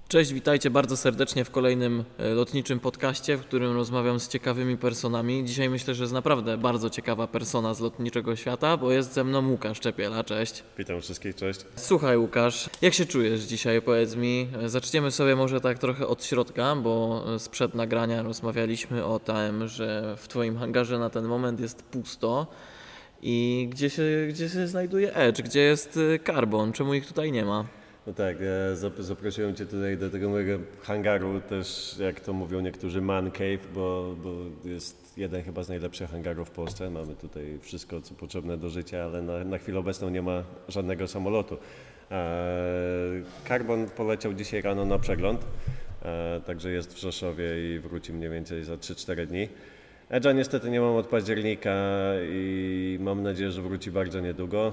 Cześć, witajcie bardzo serdecznie w kolejnym lotniczym podcaście, w którym rozmawiam z ciekawymi personami. Dzisiaj myślę, że jest naprawdę bardzo ciekawa persona z lotniczego świata, bo jest ze mną Łukasz Czepiela. Cześć. Witam wszystkich, cześć. Słuchaj Łukasz, jak się czujesz dzisiaj? Powiedz mi. Zaczniemy sobie może tak trochę od środka, bo sprzed nagrania rozmawialiśmy o tym, że w Twoim hangarze na ten moment jest pusto. I gdzie się znajduje Edge? Gdzie jest Carbon? Czemu ich tutaj nie ma? No tak, zaprosiłem Cię tutaj do tego mojego hangaru, też jak to mówią niektórzy man cave, bo jest jeden chyba z najlepszych hangarów w Polsce. Mamy tutaj wszystko, co potrzebne do życia, ale na chwilę obecną nie ma żadnego samolotu. Carbon poleciał dzisiaj rano na przegląd, także jest w Rzeszowie i wróci mniej więcej za 3-4 dni. Edge'a niestety nie mam od października i mam nadzieję, że wróci bardzo niedługo.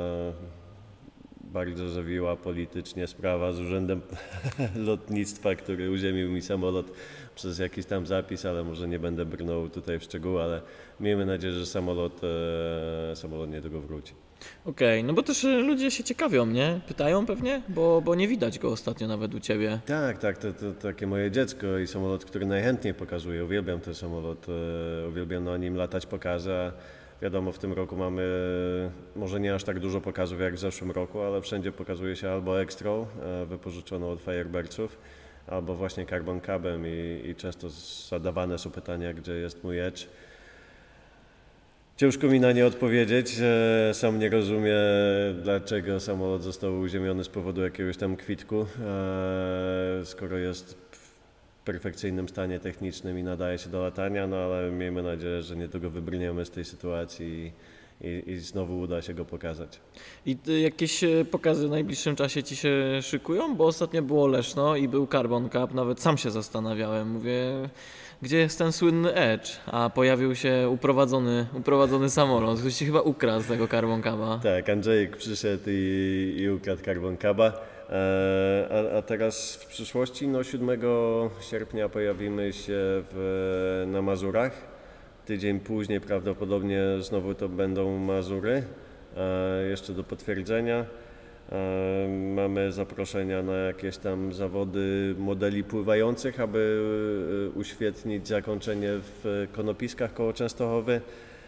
Bardzo zawiła politycznie sprawa z Urzędem Lotnictwa, który uziemił mi samolot przez jakiś tam zapis, ale może nie będę brnął tutaj w szczegóły, ale miejmy nadzieję, że samolot niedługo wróci. Okej, no bo też ludzie się ciekawią, nie? Pytają pewnie, bo nie widać go ostatnio nawet u Ciebie. Tak, to takie moje dziecko i samolot, który najchętniej pokazuję. Uwielbiam ten samolot, uwielbiam na nim latać pokazy, a wiadomo, w tym roku mamy może nie aż tak dużo pokazów jak w zeszłym roku, ale wszędzie pokazuje się albo Extrą wypożyczoną od Firebirdsów, albo właśnie Carbon Cubem i często zadawane są pytania, gdzie jest mój Edge. Ciężko mi na nie odpowiedzieć. Sam nie rozumiem, dlaczego samolot został uziemiony z powodu jakiegoś tam kwitku, skoro jest w perfekcyjnym stanie technicznym i nadaje się do latania, no ale miejmy nadzieję, że niedługo wybrniemy z tej sytuacji i znowu uda się go pokazać. I jakieś pokazy w najbliższym czasie Ci się szykują? Bo ostatnio było Leszno i był Carbon Cup, nawet sam się zastanawiałem, mówię, gdzie jest ten słynny Edge? A pojawił się uprowadzony samolot, ktoś Ci chyba ukradł z tego Carbon Cupa. Tak, Andrzejek przyszedł i ukradł Carbon Cupa. A teraz w przyszłości, 7 sierpnia pojawimy się na Mazurach. Tydzień później prawdopodobnie znowu to będą Mazury, jeszcze do potwierdzenia. Mamy zaproszenia na jakieś tam zawody modeli pływających, aby uświetnić zakończenie w Konopiskach koło Częstochowy.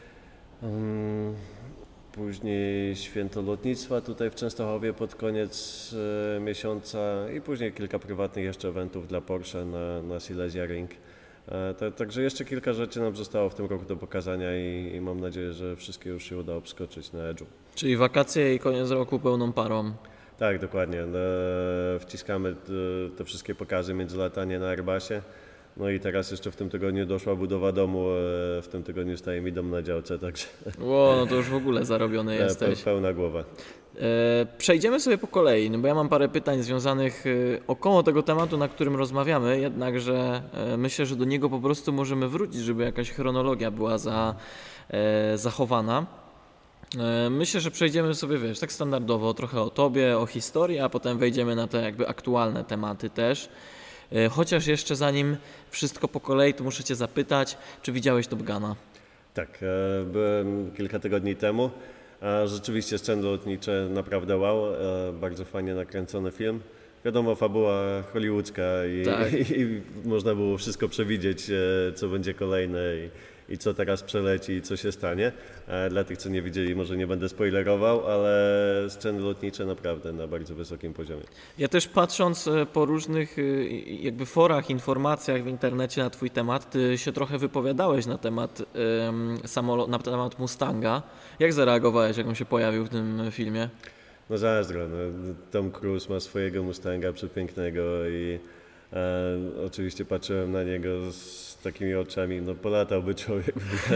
Później Święto Lotnictwa tutaj w Częstochowie pod koniec miesiąca i później kilka prywatnych jeszcze eventów dla Porsche na Silesia Ring. Także jeszcze kilka rzeczy nam zostało w tym roku do pokazania i mam nadzieję, że wszystkie już się uda obskoczyć na Edge'u. Czyli wakacje i koniec roku pełną parą. Tak, dokładnie. Wciskamy te wszystkie pokazy między latanie na Airbusie. No i teraz jeszcze w tym tygodniu doszła budowa domu, w tym tygodniu staje mi dom na działce, także No to już w ogóle zarobiony jesteś. pełna głowa. Przejdziemy sobie po kolei, no bo ja mam parę pytań związanych około tego tematu, na którym rozmawiamy, jednakże myślę, że do niego po prostu możemy wrócić, żeby jakaś chronologia była zachowana. Myślę, że przejdziemy sobie, tak standardowo trochę o Tobie, o historii, a potem wejdziemy na te jakby aktualne tematy też. Chociaż jeszcze zanim wszystko po kolei, to muszę Cię zapytać, czy widziałeś Top Guna? Tak, byłem kilka tygodni temu. Rzeczywiście sceny lotnicze naprawdę wow, bardzo fajnie nakręcony film. Wiadomo, fabuła hollywoodzka Tak. i można było wszystko przewidzieć, co będzie kolejne i co teraz przeleci i co się stanie. Dla tych, co nie widzieli, może nie będę spoilerował, ale sceny lotnicze naprawdę na bardzo wysokim poziomie. Ja też patrząc po różnych jakby forach, informacjach w internecie na Twój temat, Ty się trochę wypowiadałeś na temat na temat Mustanga. Jak zareagowałeś, jak on się pojawił w tym filmie? No zazdro, Tom Cruise ma swojego Mustanga przepięknego i oczywiście patrzyłem na niego z takimi oczami, polatałby człowiek.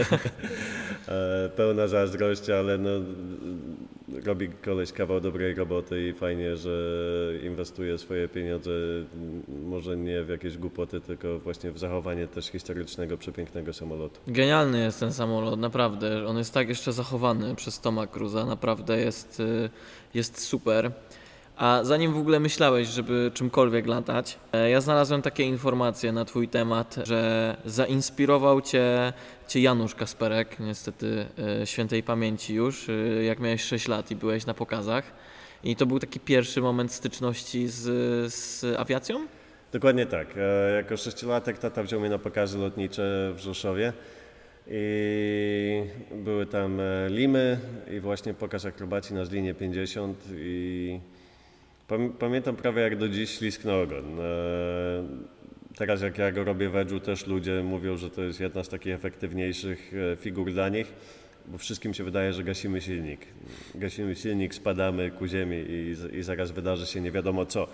Pełna zazdrość, ale robi koleś kawał dobrej roboty i fajnie, że inwestuje swoje pieniądze może nie w jakieś głupoty, tylko właśnie w zachowanie też historycznego, przepięknego samolotu. Genialny jest ten samolot, naprawdę. On jest tak jeszcze zachowany przez Toma Cruise'a, naprawdę jest super. A zanim w ogóle myślałeś, żeby czymkolwiek latać, ja znalazłem takie informacje na Twój temat, że zainspirował Cię Janusz Kasperek, niestety świętej pamięci już, jak miałeś 6 lat i byłeś na pokazach. I to był taki pierwszy moment styczności z awiacją? Dokładnie tak. Jako sześciolatek tata wziął mnie na pokazy lotnicze w Rzeszowie i były tam limy i właśnie pokaz akrobacji na linie 50 i pamiętam prawie jak do dziś ślisknę ogon. Teraz jak ja go robię w edge'u, też ludzie mówią, że to jest jedna z takich efektywniejszych figur dla nich, bo wszystkim się wydaje, że gasimy silnik. Gasimy silnik, spadamy ku ziemi i zaraz wydarzy się nie wiadomo co.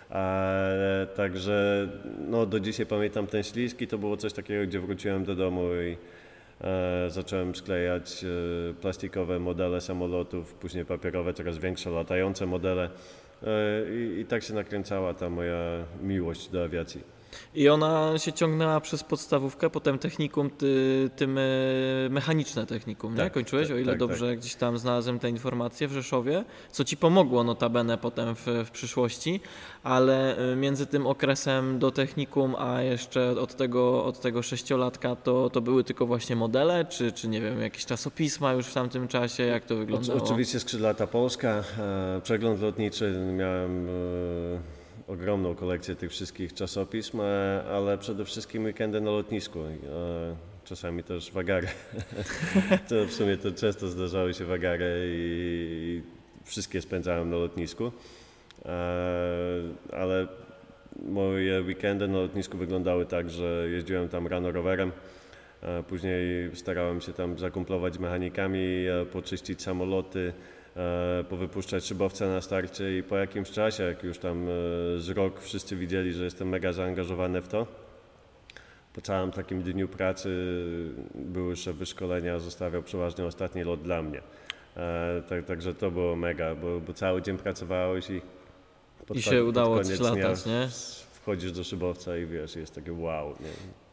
Także no, do dzisiaj pamiętam ten ślisk i to było coś takiego, gdzie wróciłem do domu i zacząłem sklejać plastikowe modele samolotów, później papierowe, coraz większe, latające modele i tak się nakręcała ta moja miłość do awiacji. I ona się ciągnęła przez podstawówkę, potem technikum, tym mechaniczne technikum, nie? Tak, Kończyłeś, tak, o ile tak, dobrze gdzieś tam znalazłem te informacje w Rzeszowie, co ci pomogło notabene potem w przyszłości, ale między tym okresem do technikum, a jeszcze od tego sześciolatka, to były tylko właśnie modele, czy nie wiem, jakieś czasopisma już w tamtym czasie, jak to wyglądało? Oczywiście Skrzydlata Polska, przegląd lotniczy, miałem ogromną kolekcję tych wszystkich czasopism, ale przede wszystkim weekendy na lotnisku. Czasami też wagary. To w sumie to często zdarzały się wagary i wszystkie spędzałem na lotnisku. Ale moje weekendy na lotnisku wyglądały tak, że jeździłem tam rano rowerem. Później starałem się tam zakumplować z mechanikami, poczyścić samoloty, powypuszczać szybowce na starcie i po jakimś czasie, jak już tam z rok wszyscy widzieli, że jestem mega zaangażowany w to, po całym takim dniu pracy były szef wyszkolenia, zostawiał przeważnie ostatni lot dla mnie. Także to było mega, bo cały dzień pracowałeś i się udało pod coś koniec dnia latać, nie? wchodzisz do szybowca i wiesz, jest takie wow. Nie?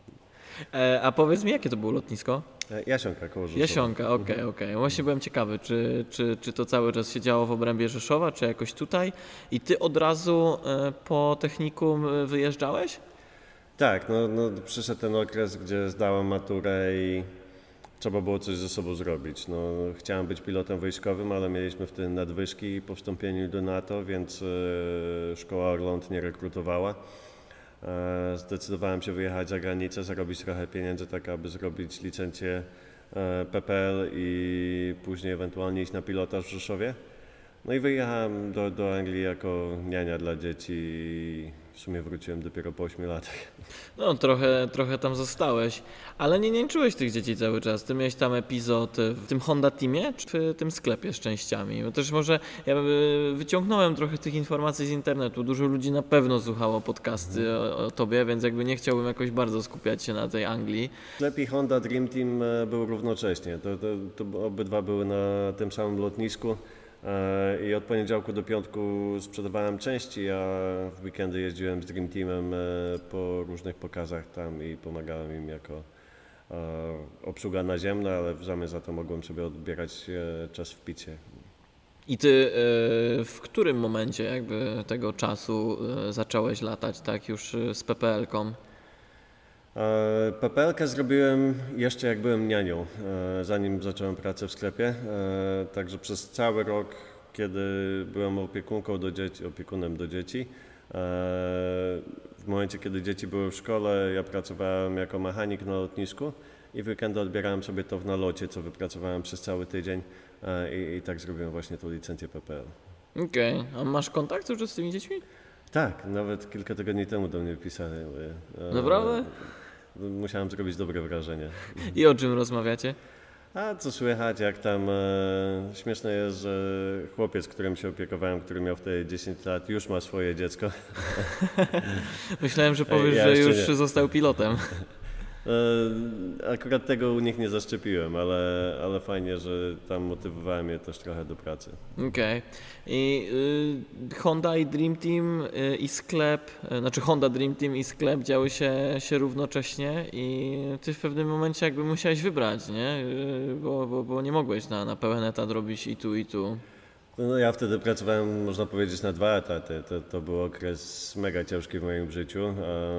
A powiedz mi, jakie to było lotnisko? Jasionka koło Rzeszowa. Jasionka, okej. Właśnie byłem ciekawy, czy to cały czas się działo w obrębie Rzeszowa, czy jakoś tutaj? I ty od razu po technikum wyjeżdżałeś? Tak, no przyszedł ten okres, gdzie zdałem maturę i trzeba było coś ze sobą zrobić. No, chciałem być pilotem wojskowym, ale mieliśmy wtedy nadwyżki po wstąpieniu do NATO, więc szkoła Orląt nie rekrutowała. Zdecydowałem się wyjechać za granicę, zarobić trochę pieniędzy, tak aby zrobić licencję PPL i później ewentualnie iść na pilotaż w Rzeszowie. No i wyjechałem do Anglii jako niania dla dzieci i w sumie wróciłem dopiero po 8 latach. No, trochę tam zostałeś, ale nie niańczyłeś tych dzieci cały czas. Ty miałeś tam epizod w tym Honda Teamie, czy w tym sklepie z częściami? Bo też może ja wyciągnąłem trochę tych informacji z internetu. Dużo ludzi na pewno słuchało podcasty o tobie, więc jakby nie chciałbym jakoś bardzo skupiać się na tej Anglii. Sklep i Honda Dream Team był równocześnie. To obydwa były na tym samym lotnisku. I od poniedziałku do piątku sprzedawałem części, a w weekendy jeździłem z Dream Teamem po różnych pokazach tam i pomagałem im jako obsługa naziemna, ale w zamian za to mogłem sobie odbierać czas w picie. I ty w którym momencie jakby tego czasu zacząłeś latać tak już z PPL-ką? PPL-kę zrobiłem jeszcze jak byłem nianią, zanim zacząłem pracę w sklepie, także przez cały rok, kiedy byłem opiekunem do dzieci, w momencie, kiedy dzieci były w szkole, ja pracowałem jako mechanik na lotnisku i w weekendy odbierałem sobie to w nalocie, co wypracowałem przez cały tydzień i tak zrobiłem właśnie tą licencję PPL. Okej. A masz kontakt już z tymi dziećmi? Tak, nawet kilka tygodni temu do mnie pisali. Naprawdę? Musiałem zrobić dobre wrażenie. I o czym rozmawiacie? A co słychać, jak tam śmieszne jest, że chłopiec, którym się opiekowałem, który miał wtedy 10 lat, już ma swoje dziecko. Myślałem, że powiesz, Ja że jeszcze już nie. został pilotem. Akurat tego u nich nie zaszczepiłem, ale fajnie, że tam motywowałem je też trochę do pracy. Okej. I Honda i Dream Team i sklep, znaczy Honda Dream Team i sklep działy się równocześnie i ty w pewnym momencie jakby musiałeś wybrać, nie? Bo nie mogłeś na pełen etat robić i tu, i tu. No, ja wtedy pracowałem, można powiedzieć, na 2 etaty. To był okres mega ciężki w moim życiu.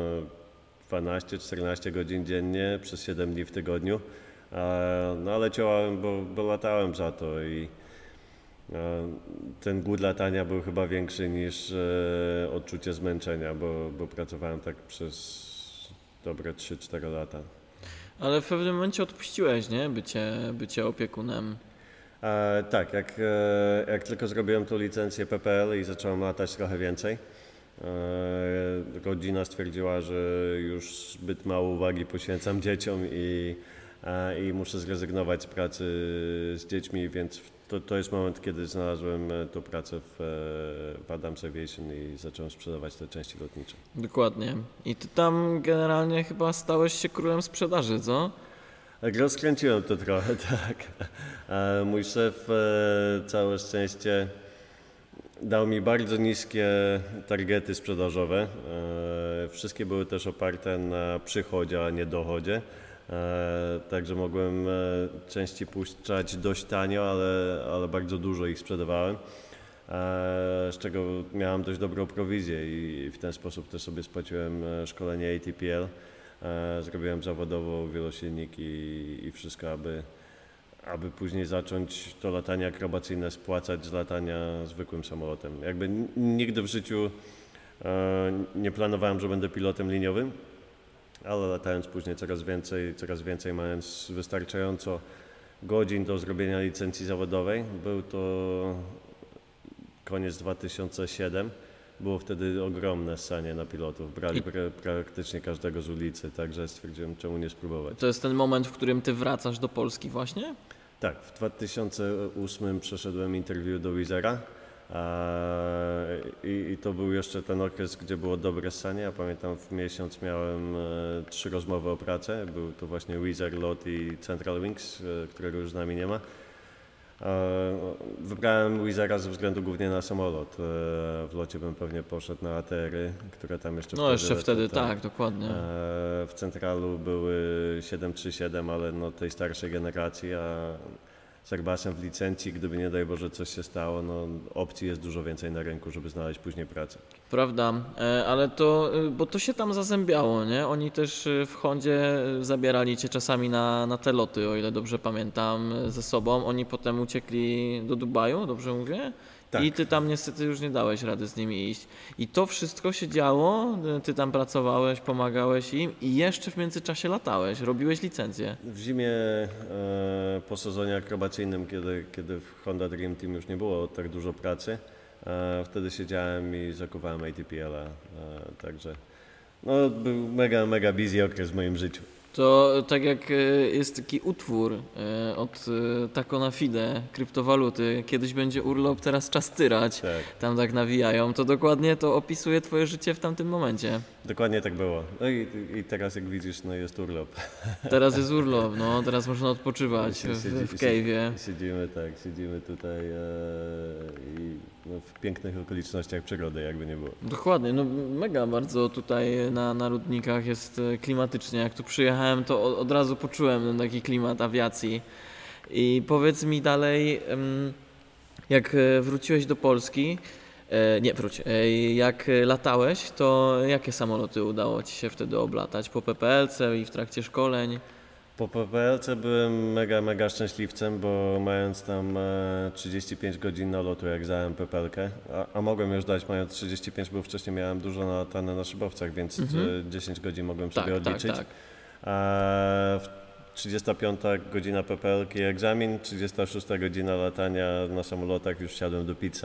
12-14 godzin dziennie przez 7 dni w tygodniu. No ale działałem, bo latałem za to i Ten głód latania był chyba większy niż odczucie zmęczenia, bo pracowałem tak przez dobre 3-4 lata. Ale w pewnym momencie odpuściłeś, nie? Bycie opiekunem. Tak, jak tylko zrobiłem tą licencję PPL i zacząłem latać trochę więcej, rodzina stwierdziła, że już zbyt mało uwagi poświęcam dzieciom i muszę zrezygnować z pracy z dziećmi, więc to jest moment, kiedy znalazłem tą pracę w Adams Aviation i zacząłem sprzedawać te części lotnicze. Dokładnie. I ty tam generalnie chyba stałeś się królem sprzedaży, co? Tak, rozkręciłem to trochę, tak. Mój szef, całe szczęście, dał mi bardzo niskie targety sprzedażowe. Wszystkie były też oparte na przychodzie, a nie dochodzie. Także mogłem części puszczać dość tanio, ale bardzo dużo ich sprzedawałem. Z czego miałem dość dobrą prowizję i w ten sposób też sobie spłaciłem szkolenie ATPL. Zrobiłem zawodowo wielosilniki i wszystko, aby później zacząć to latanie akrobacyjne spłacać z latania zwykłym samolotem. Jakby nigdy w życiu nie planowałem, że będę pilotem liniowym, ale latając później coraz więcej, mając wystarczająco godzin do zrobienia licencji zawodowej. Był to koniec 2007. Było wtedy ogromne ssanie na pilotów. Brali praktycznie każdego z ulicy, także stwierdziłem, czemu nie spróbować. To jest ten moment, w którym ty wracasz do Polski właśnie? Tak, w 2008 przeszedłem interview do Wizera i to był jeszcze ten okres, gdzie było dobre ssanie. Ja pamiętam, w miesiąc miałem 3 rozmowy o pracę. Był to właśnie Wizer, LOT i Central Wings, którego już z nami nie ma. Wybrałem Wizera ze względu głównie na samolot. W locie bym pewnie poszedł na ATR-y, które tam jeszcze wtedy tak, dokładnie. W Centralu były 737, ale no tej starszej generacji, a z Airbusem w licencji, gdyby nie daj Boże coś się stało, no opcji jest dużo więcej na rynku, żeby znaleźć później pracę. Prawda, ale bo to się tam zazębiało, nie? Oni też w Hondzie zabierali cię czasami na te loty, o ile dobrze pamiętam, ze sobą. Oni potem uciekli do Dubaju, dobrze mówię? Tak. I ty tam niestety już nie dałeś rady z nimi iść. I to wszystko się działo, ty tam pracowałeś, pomagałeś im i jeszcze w międzyczasie latałeś, robiłeś licencję. W zimie po sezonie akrobacyjnym, kiedy w Honda Dream Team już nie było tak dużo pracy, wtedy siedziałem i zakuwałem ATPL-a, także no, był mega busy okres w moim życiu. To tak jak jest taki utwór od Taco na Fide, kryptowaluty, kiedyś będzie urlop, teraz czas tyrać, Tak. tam tak nawijają, to dokładnie to opisuje twoje życie w tamtym momencie. Dokładnie tak było. No i teraz jak widzisz, no jest urlop. Teraz jest urlop, no teraz można odpoczywać w cave'ie. Siedzimy tutaj i no, w pięknych okolicznościach przyrody, jakby nie było. Dokładnie, no mega bardzo tutaj na Rudnikach jest klimatycznie. Jak tu przyjechałem, to od razu poczułem ten taki klimat awiacji. I powiedz mi dalej, jak wróciłeś do Polski, jak latałeś, to jakie samoloty udało ci się wtedy oblatać? Po PPL-ce i w trakcie szkoleń? Po PPL-ce byłem mega szczęśliwcem, bo mając tam 35 godzin na lotu, jak zająłem PPL-kę, a mogłem już dać mając 35, bo wcześniej miałem dużo nalatane na szybowcach, więc 10 godzin mogłem sobie odliczyć. Tak. A 35 godzina PPL-ki egzamin, 36 godzina latania na samolotach, już wsiadłem do pizza.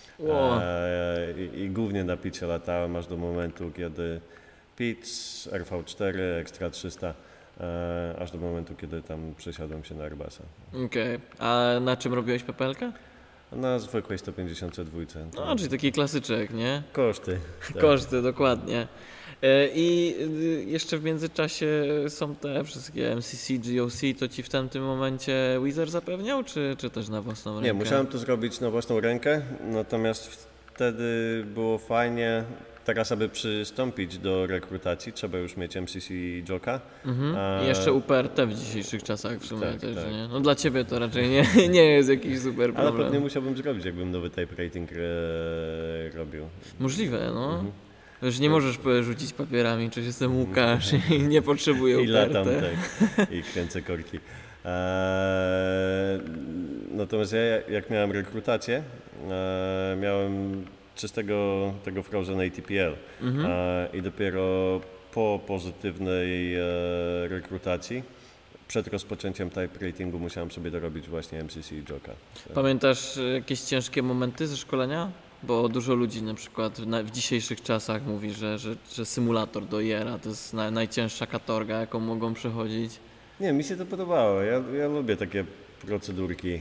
I głównie na picie latałem aż do momentu, kiedy PITS, RV4, Extra 300, aż do momentu, kiedy tam przesiadłem się na Airbusa. Okej. A na czym robiłeś PPL-kę? Na zwykłej 152. No, czyli taki klasyczek, nie? Koszty. Tak. Koszty, dokładnie. I jeszcze w międzyczasie są te wszystkie MCC, GOC, to ci w tamtym momencie Wizer zapewniał, czy też na własną rękę? Nie, musiałem to zrobić na własną rękę, natomiast wtedy było fajnie. Teraz, aby przystąpić do rekrutacji, trzeba już mieć MCC i JOCA. I jeszcze UPRT w dzisiejszych czasach w sumie Tak, też, tak. nie? No dla ciebie to raczej nie jest jakiś super Ale problem. pewnie musiałbym zrobić, jakbym nowy type rating robił. Możliwe, no. Już nie możesz rzucić papierami, czy jestem Łukasz i nie potrzebuję I latam, UPRT. tak, i kręcę korki. natomiast ja jak miałem rekrutację, miałem czystego tego Frozen ATPL i dopiero po pozytywnej rekrutacji, przed rozpoczęciem type ratingu musiałem sobie dorobić właśnie MCC i Joka. Pamiętasz jakieś ciężkie momenty ze szkolenia? Bo dużo ludzi na przykład w dzisiejszych czasach mówi, że symulator do IR-a to jest najcięższa katorga, jaką mogą przechodzić. Nie, mi się to podobało. Ja lubię takie procedurki.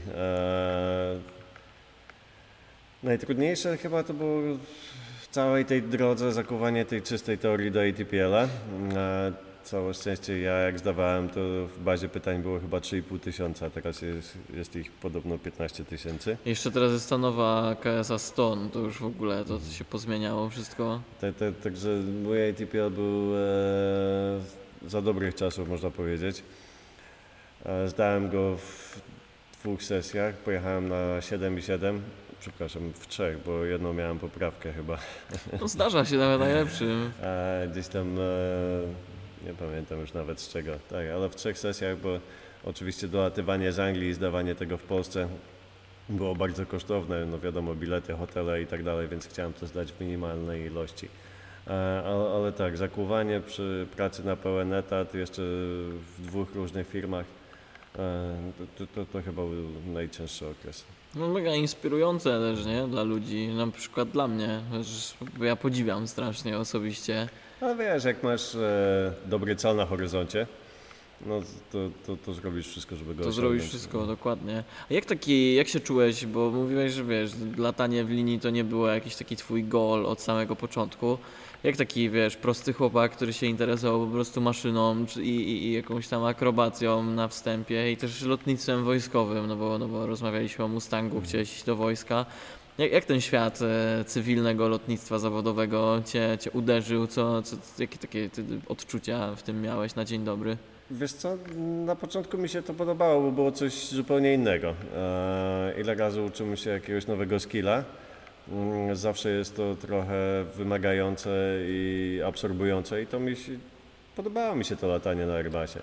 Najtrudniejsze chyba to było w całej tej drodze zakuwanie tej czystej teorii do ATPL-a. Całe szczęście ja jak zdawałem, to w bazie pytań było chyba 3,5 tysiąca, teraz jest ich podobno 15 000. Jeszcze teraz jest ta nowa KSA 100, no to już w ogóle to się pozmieniało wszystko. Także mój ATPL był za dobrych czasów, można powiedzieć. Zdałem go w 2 sesjach, pojechałem na 7,7. Przepraszam, w 3, bo jedną miałem poprawkę chyba. No zdarza się nawet najlepszym. Gdzieś tam, nie pamiętam już nawet z czego, tak, ale w 3 sesjach, bo oczywiście dolatywanie z Anglii i zdawanie tego w Polsce było bardzo kosztowne, no wiadomo, bilety, hotele i tak dalej, więc chciałem to zdać w minimalnej ilości. Ale tak, zakuwanie przy pracy na pełen etat, jeszcze w 2 różnych firmach, to chyba był najcięższy okres. No mega inspirujące też, nie? Dla ludzi, na przykład dla mnie. Ja podziwiam strasznie osobiście. Ale wiesz, jak masz dobry cel na horyzoncie, no to zrobisz wszystko, żeby go To osiągnąć. zrobisz wszystko, dokładnie. A jak się czułeś, bo mówiłeś, że wiesz, latanie w linii to nie było jakiś taki twój goal od samego początku. Jak taki, wiesz, prosty chłopak, który się interesował po prostu maszyną i jakąś tam akrobacją na wstępie i też lotnictwem wojskowym, no bo rozmawialiśmy o Mustangu, chciałeś iść do wojska. Jak ten świat cywilnego lotnictwa zawodowego cię uderzył? Jakie takie ty odczucia w tym miałeś na dzień dobry? Wiesz co, na początku mi się to podobało, bo było coś zupełnie innego. Ile razy uczymy się jakiegoś nowego skilla, zawsze jest to trochę wymagające i absorbujące i podobało mi się to latanie na Airbusie.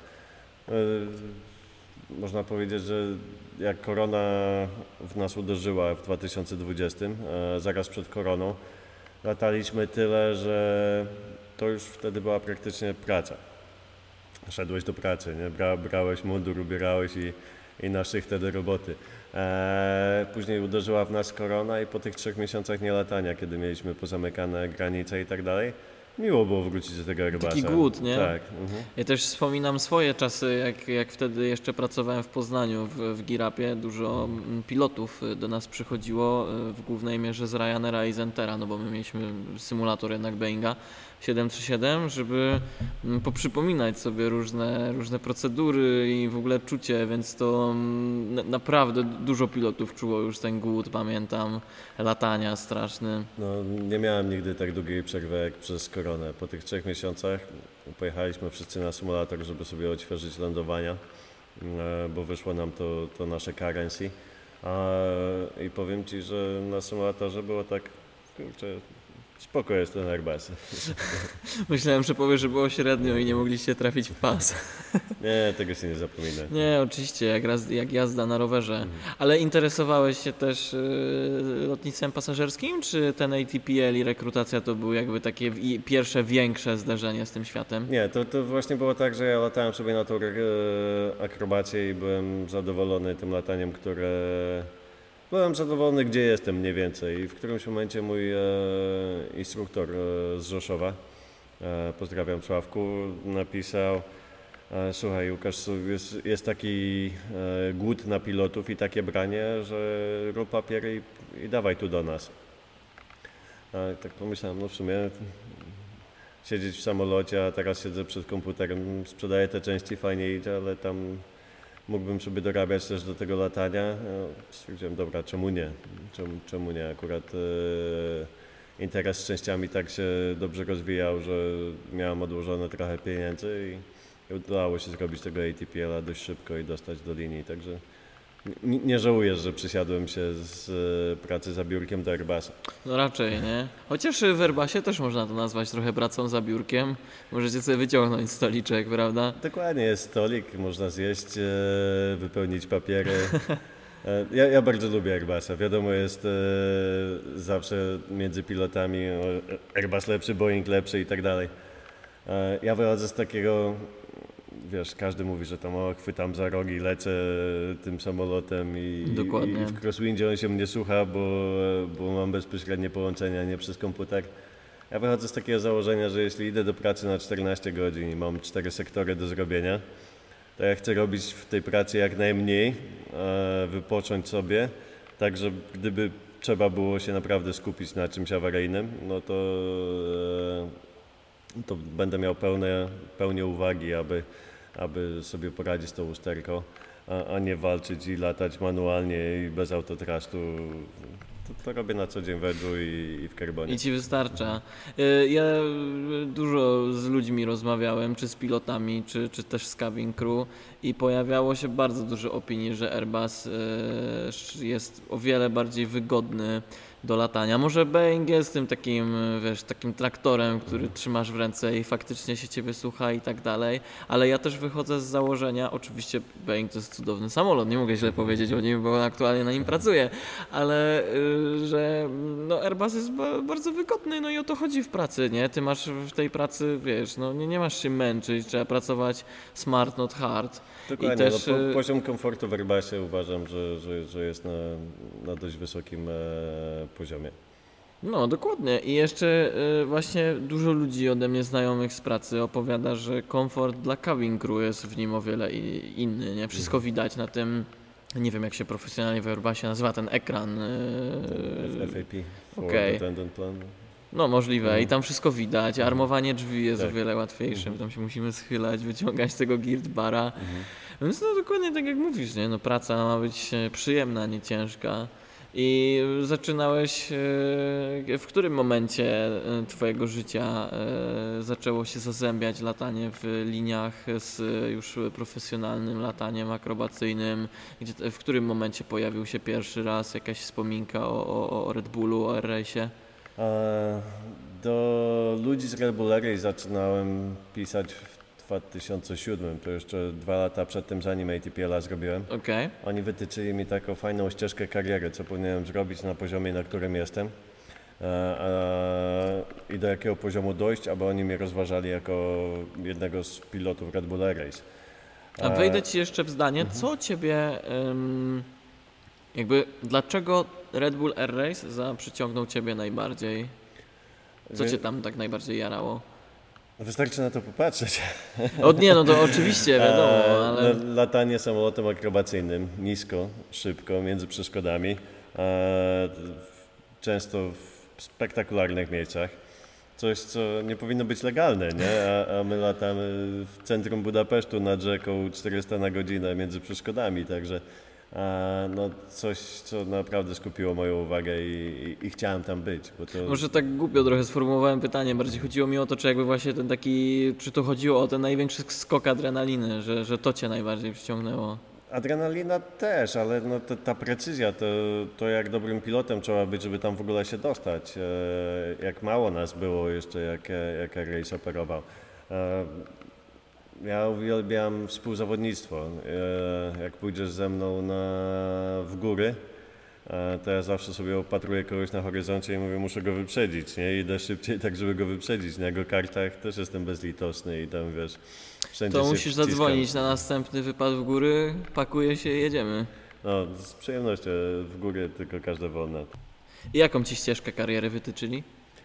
Można powiedzieć, że jak korona w nas uderzyła w 2020, zaraz przed koroną, lataliśmy tyle, że to już wtedy była praktycznie praca. Szedłeś do pracy, nie? Brałeś mundur, ubierałeś i na szychtę do roboty. Później uderzyła w nas korona i po tych 3 miesiącach nielatania, kiedy mieliśmy pozamykane granice i tak dalej, miło było wrócić do tego Airbusa. Taki głód, nie? Tak. Ja też wspominam swoje czasy, jak wtedy jeszcze pracowałem w Poznaniu w Girapie. Dużo pilotów do nas przychodziło, w głównej mierze z Ryanaira i z Entera, no bo my mieliśmy symulator jednak Boeinga 737, żeby poprzypominać sobie różne procedury i w ogóle czucie, więc to naprawdę dużo pilotów czuło już ten głód, pamiętam, latania straszny. No, nie miałem nigdy tak długiej przerwy jak przez koronę. Po tych 3 miesiącach pojechaliśmy wszyscy na symulator, żeby sobie odświeżyć lądowania, bo wyszło nam to nasze currency. I powiem Ci, że na symulatorze było tak, kurczę, spoko jest ten Airbus. Myślałem, że powiesz, że było średnio i nie mogliście trafić w pas. Nie, tego się nie zapomina. Nie, oczywiście, jak jazda na rowerze. Ale interesowałeś się też lotnictwem pasażerskim, czy ten ATPL i rekrutacja to były jakby takie pierwsze większe zdarzenie z tym światem? Nie, to właśnie było tak, że ja latałem sobie na tą akrobację i byłem zadowolony tym lataniem, byłem zadowolony, gdzie jestem mniej więcej. I w którymś momencie mój instruktor z Rzeszowa, pozdrawiam Sławku, napisał: słuchaj Łukasz, jest taki głód na pilotów i takie branie, że rób papiery i dawaj tu do nas. Tak pomyślałem, no w sumie siedzieć w samolocie, a teraz siedzę przed komputerem, sprzedaję te części, fajnie idzie, ale tam mógłbym sobie dorabiać też do tego latania. Stwierdziłem, dobra, czemu nie? Czemu nie? Akurat interes z częściami tak się dobrze rozwijał, że miałem odłożone trochę pieniędzy i udało się zrobić tego ATPL-a dość szybko i dostać do linii, także nie żałuję, że przysiadłem się z pracy za biurkiem do Airbusa. No raczej, nie? Chociaż w Airbusie też można to nazwać trochę pracą za biurkiem. Możecie sobie wyciągnąć stoliczek, prawda? Dokładnie, jest stolik, można zjeść, wypełnić papiery. Ja bardzo lubię Airbusa. Wiadomo, jest zawsze między pilotami Airbus lepszy, Boeing lepszy i tak dalej. Ja wychodzę z takiego, wiesz, każdy mówi, że tam chwytam za rogi, lecę tym samolotem Dokładnie. i w crosswindzie on się mnie słucha, bo mam bezpośrednie połączenie, a nie przez komputer. Ja wychodzę z takiego założenia, że jeśli idę do pracy na 14 godzin i mam 4 sektory do zrobienia, to ja chcę robić w tej pracy jak najmniej, wypocząć sobie, tak że gdyby trzeba było się naprawdę skupić na czymś awaryjnym, no to będę miał pełnię uwagi, aby sobie poradzić z tą usterką, a nie walczyć i latać manualnie i bez autotrustu. To robię na co dzień w Edge'u i w Carbonie. I ci wystarcza. Ja dużo z ludźmi rozmawiałem, czy z pilotami, czy też z cabin crew i pojawiało się bardzo dużo opinii, że Airbus jest o wiele bardziej wygodny do latania. Może Boeing jest tym takim, wiesz, takim traktorem, który trzymasz w ręce i faktycznie się ciebie słucha i tak dalej, ale ja też wychodzę z założenia, oczywiście Boeing to jest cudowny samolot, nie mogę źle powiedzieć o nim, bo aktualnie na nim pracuję, ale że no Airbus jest bardzo wygodny, no i o to chodzi w pracy, nie? Ty masz w tej pracy, wiesz, no nie masz się męczyć, trzeba pracować smart, not hard. Dokładnie, I też, poziom komfortu w Airbusie uważam, że jest na dość wysokim poziomie. No, dokładnie. I jeszcze właśnie dużo ludzi ode mnie znajomych z pracy opowiada, że komfort dla cabin crew jest w nim o wiele inny, nie? Wszystko widać na tym, nie wiem jak się profesjonalnie w Airbusie nazywa ten ekran. FAP, Forward Okej. Attendant Plan. No możliwe i tam wszystko widać, armowanie drzwi jest Tak. o wiele łatwiejsze, tam się musimy schylać, wyciągać tego girt bara. Więc no dokładnie tak jak mówisz, nie? No praca ma być przyjemna, nie ciężka. I zaczynałeś, w którym momencie twojego życia zaczęło się zazębiać latanie w liniach z już profesjonalnym lataniem akrobacyjnym? W którym momencie pojawił się pierwszy raz jakaś wspominka o Red Bullu, o Air Race'ie? Do ludzi z Red Bull Race zaczynałem pisać w 2007, to jeszcze 2 lata przed tym, zanim ATPL-a zrobiłem. Okej. Oni wytyczyli mi taką fajną ścieżkę kariery, co powinienem zrobić na poziomie, na którym jestem i do jakiego poziomu dojść, aby oni mnie rozważali jako jednego z pilotów Red Bull Air Race. A wejdę ci jeszcze w zdanie, co ciebie, dlaczego Red Bull Air Race przyciągnął ciebie najbardziej? Co cię tam tak najbardziej jarało? Wystarczy na to popatrzeć. No to oczywiście, wiadomo, ale... Latanie samolotem akrobacyjnym, nisko, szybko, między przeszkodami, często w spektakularnych miejscach. Coś, co nie powinno być legalne, nie? A my latamy w centrum Budapesztu nad rzeką 400 na godzinę między przeszkodami, także no coś, co naprawdę skupiło moją uwagę i chciałem tam być. Bo to... Może tak głupio trochę sformułowałem pytanie, bardziej chodziło mi o to, czy jakby właśnie ten taki, czy to chodziło o ten największy skok adrenaliny, że to cię najbardziej przyciągnęło? Adrenalina też, ale no ta precyzja, to jak dobrym pilotem trzeba być, żeby tam w ogóle się dostać. Jak mało nas było jeszcze, jak Air Race operował. Ja uwielbiam współzawodnictwo. Jak pójdziesz ze mną w góry, to ja zawsze sobie opatruję kogoś na horyzoncie i mówię, muszę go wyprzedzić, nie? Idę szybciej tak, żeby go wyprzedzić. Na jego kartach też jestem bezlitosny i tam, wiesz, wszędzie To się musisz wciskam. zadzwonić na następny wypad w góry, pakuje się i jedziemy. No, z przyjemnością, w góry tylko każda wolna. I jaką ci ścieżkę kariery wytyczyli?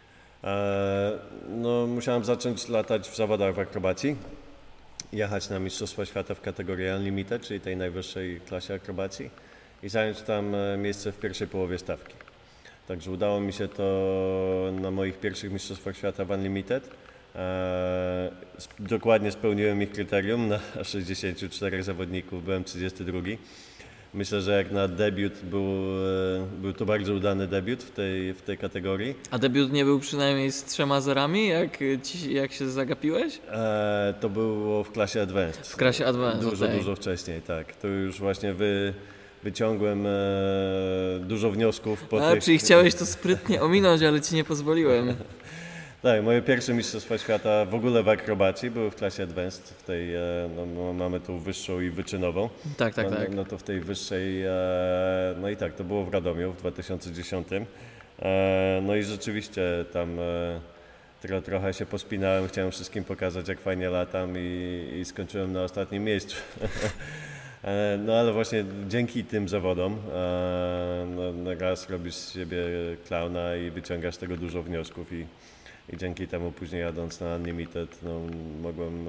No, musiałem zacząć latać w zawodach w akrobacji, jechać na Mistrzostwa Świata w kategorii Unlimited, czyli tej najwyższej klasie akrobacji i zająć tam miejsce w pierwszej połowie stawki. Także udało mi się to na moich pierwszych Mistrzostwach Świata w Unlimited. Dokładnie spełniłem ich kryterium, na 64 zawodników byłem 32. Myślę, że jak na debiut był to bardzo udany debiut w tej kategorii. A debiut nie był przynajmniej z 3 zerami, jak się zagapiłeś? To było w klasie Advanced. W klasie Advanced, Dużo wcześniej, tak. To już właśnie wyciągłem dużo wniosków po tych... Czyli chciałeś to sprytnie ominąć, ale ci nie pozwoliłem. Tak, moje pierwsze mistrzostwa świata w ogóle w akrobacji były w klasie Advanced, w tej, mamy tu wyższą i wyczynową. Tak. No to w tej wyższej, no i tak, to było w Radomiu w 2010. No i rzeczywiście tam trochę się pospinałem, chciałem wszystkim pokazać, jak fajnie latam i skończyłem na ostatnim miejscu. No ale właśnie dzięki tym zawodom raz robisz z siebie klauna i wyciągasz z tego dużo wniosków i dzięki temu później jadąc na Unlimited mogłem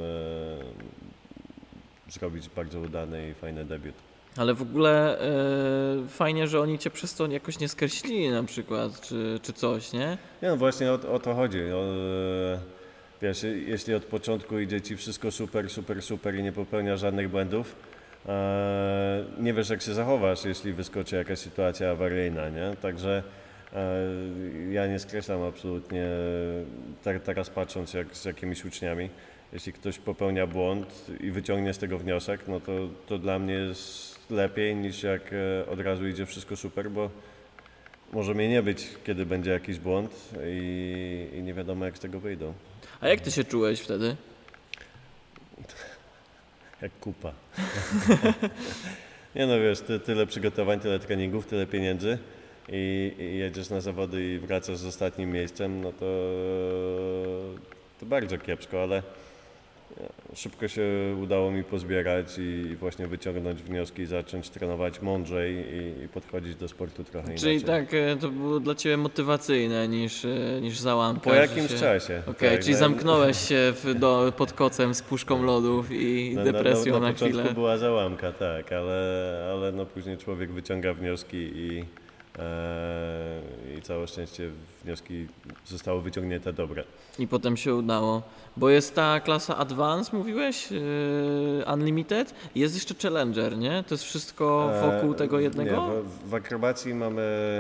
zrobić bardzo udany i fajny debiut. Ale w ogóle fajnie, że oni cię przez to jakoś nie skreślili na przykład, czy coś, nie? Nie, no właśnie o to chodzi. Wiesz, jeśli od początku idzie ci wszystko super i nie popełnia żadnych błędów, nie wiesz jak się zachowasz, jeśli wyskoczy jakaś sytuacja awaryjna, nie? Także ja nie skreślam absolutnie, teraz patrząc jak z jakimiś uczniami, jeśli ktoś popełnia błąd i wyciągnie z tego wniosek, no to dla mnie jest lepiej niż jak od razu idzie wszystko super, bo może mnie nie być, kiedy będzie jakiś błąd i nie wiadomo jak z tego wyjdą. A jak ty się czułeś wtedy? Jak kupa. Nie no wiesz, tyle przygotowań, tyle treningów, tyle pieniędzy i jedziesz na zawody i wracasz z ostatnim miejscem, no to bardzo kiepsko, ale szybko się udało mi pozbierać i właśnie wyciągnąć wnioski i zacząć trenować mądrzej i podchodzić do sportu trochę inaczej. Czyli tak, to było dla ciebie motywacyjne niż załamka. Po jakimś czasie. Okej, tak, czyli zamknąłeś się pod kocem z puszką lodów i depresją na chwilę. Na początku była załamka, tak, ale no później człowiek wyciąga wnioski i całe szczęście wnioski zostały wyciągnięte dobre. I potem się udało. Bo jest ta klasa Advance, mówiłeś? Unlimited? Jest jeszcze Challenger, nie? To jest wszystko wokół tego jednego? Nie, w akrobacji mamy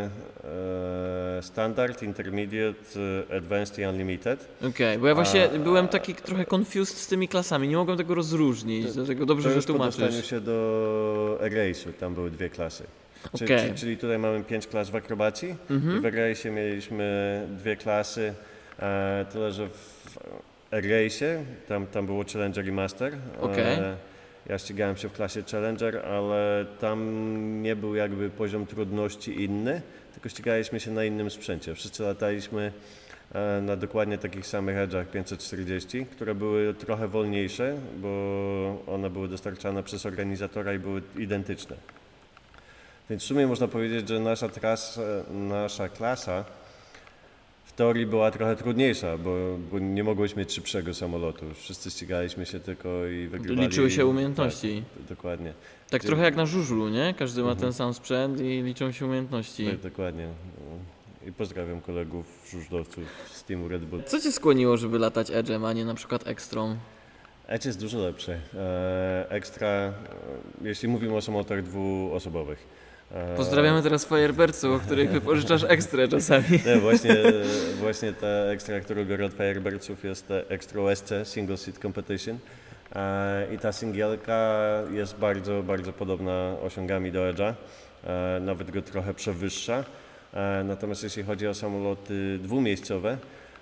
Standard, Intermediate, Advanced i Unlimited. Okej, bo ja właśnie byłem taki trochę confused z tymi klasami, nie mogłem tego rozróżnić, dlatego dobrze, że Po tłumaczysz. dostaniu się do Erase'u, tam były dwie klasy. Okej. Czyli tutaj mamy 5 klas w akrobacji i w Erase'ie mieliśmy dwie klasy, tyle że w Erase'ie tam było Challenger i Master. Okej. Ja ścigałem się w klasie Challenger, ale tam nie był jakby poziom trudności inny, tylko ścigaliśmy się na innym sprzęcie. Wszyscy lataliśmy na dokładnie takich samych edge'ach 540, które były trochę wolniejsze, bo one były dostarczane przez organizatora i były identyczne. Więc w sumie można powiedzieć, że nasza klasa w teorii była trochę trudniejsza, bo nie mogłeś mieć szybszego samolotu. Wszyscy ścigaliśmy się tylko i wygrywali. Liczyły się umiejętności. Tak, dokładnie. Tak trochę jak na żużlu, nie? Każdy ma ten sam sprzęt i liczą się umiejętności. Tak, dokładnie. I pozdrawiam kolegów żużlowców z teamu Red Bull. Co cię skłoniło, żeby latać Edge'em, a nie na przykład Extrą? Edge jest dużo lepszy. Ekstra, jeśli mówimy o samolotach dwuosobowych. Pozdrawiamy teraz Firebirdsów, o których wypożyczasz Extrę czasami. Nie, właśnie ta Extra, którą biorę od Firebirdsów jest Extra OSC, Single Seat Competition. I ta singielka jest bardzo, bardzo podobna osiągami do Edge'a, nawet go trochę przewyższa. Natomiast jeśli chodzi o samoloty dwumiejscowe,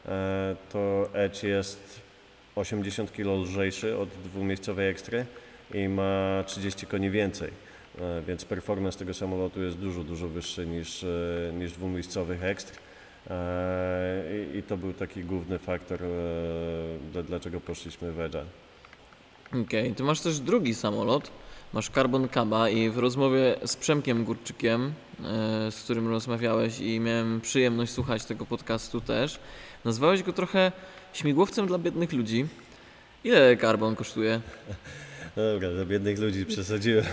to Edge jest 80 kg lżejszy od dwumiejscowej Ekstry i ma 30 koni więcej, więc performance tego samolotu jest dużo wyższy niż dwumiejscowych Ekstr. I to był taki główny faktor, dlaczego poszliśmy w Edge'a. Okej, ty masz też drugi samolot, masz Carbon Caba i w rozmowie z Przemkiem Górczykiem, z którym rozmawiałeś i miałem przyjemność słuchać tego podcastu też, nazwałeś go trochę śmigłowcem dla biednych ludzi. Ile Carbon kosztuje? No dobra, dla biednych ludzi przesadziłem.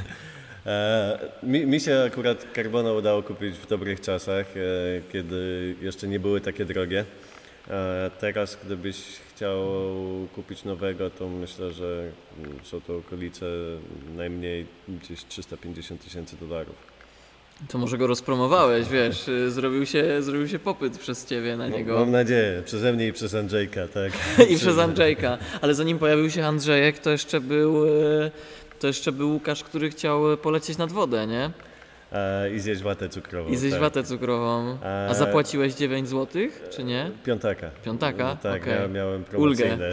Mi się akurat Carbona udało kupić w dobrych czasach, kiedy jeszcze nie były takie drogie. Teraz gdybyś chciał kupić nowego, to myślę, że są to okolice najmniej gdzieś $350,000. To może go rozpromowałeś, wiesz, zrobił się popyt przez ciebie na niego. Mam nadzieję, przeze mnie i przez Andrzejka, tak. I przez Andrzejka, ale zanim pojawił się Andrzejek, to jeszcze był Łukasz, który chciał polecieć nad wodę, nie? i zjeść watę cukrową. I zjeść tak. watę cukrową. A zapłaciłeś 9 zł, czy nie? Piątaka. Piątaka? Tak, Okej. ja miałem promocyjne.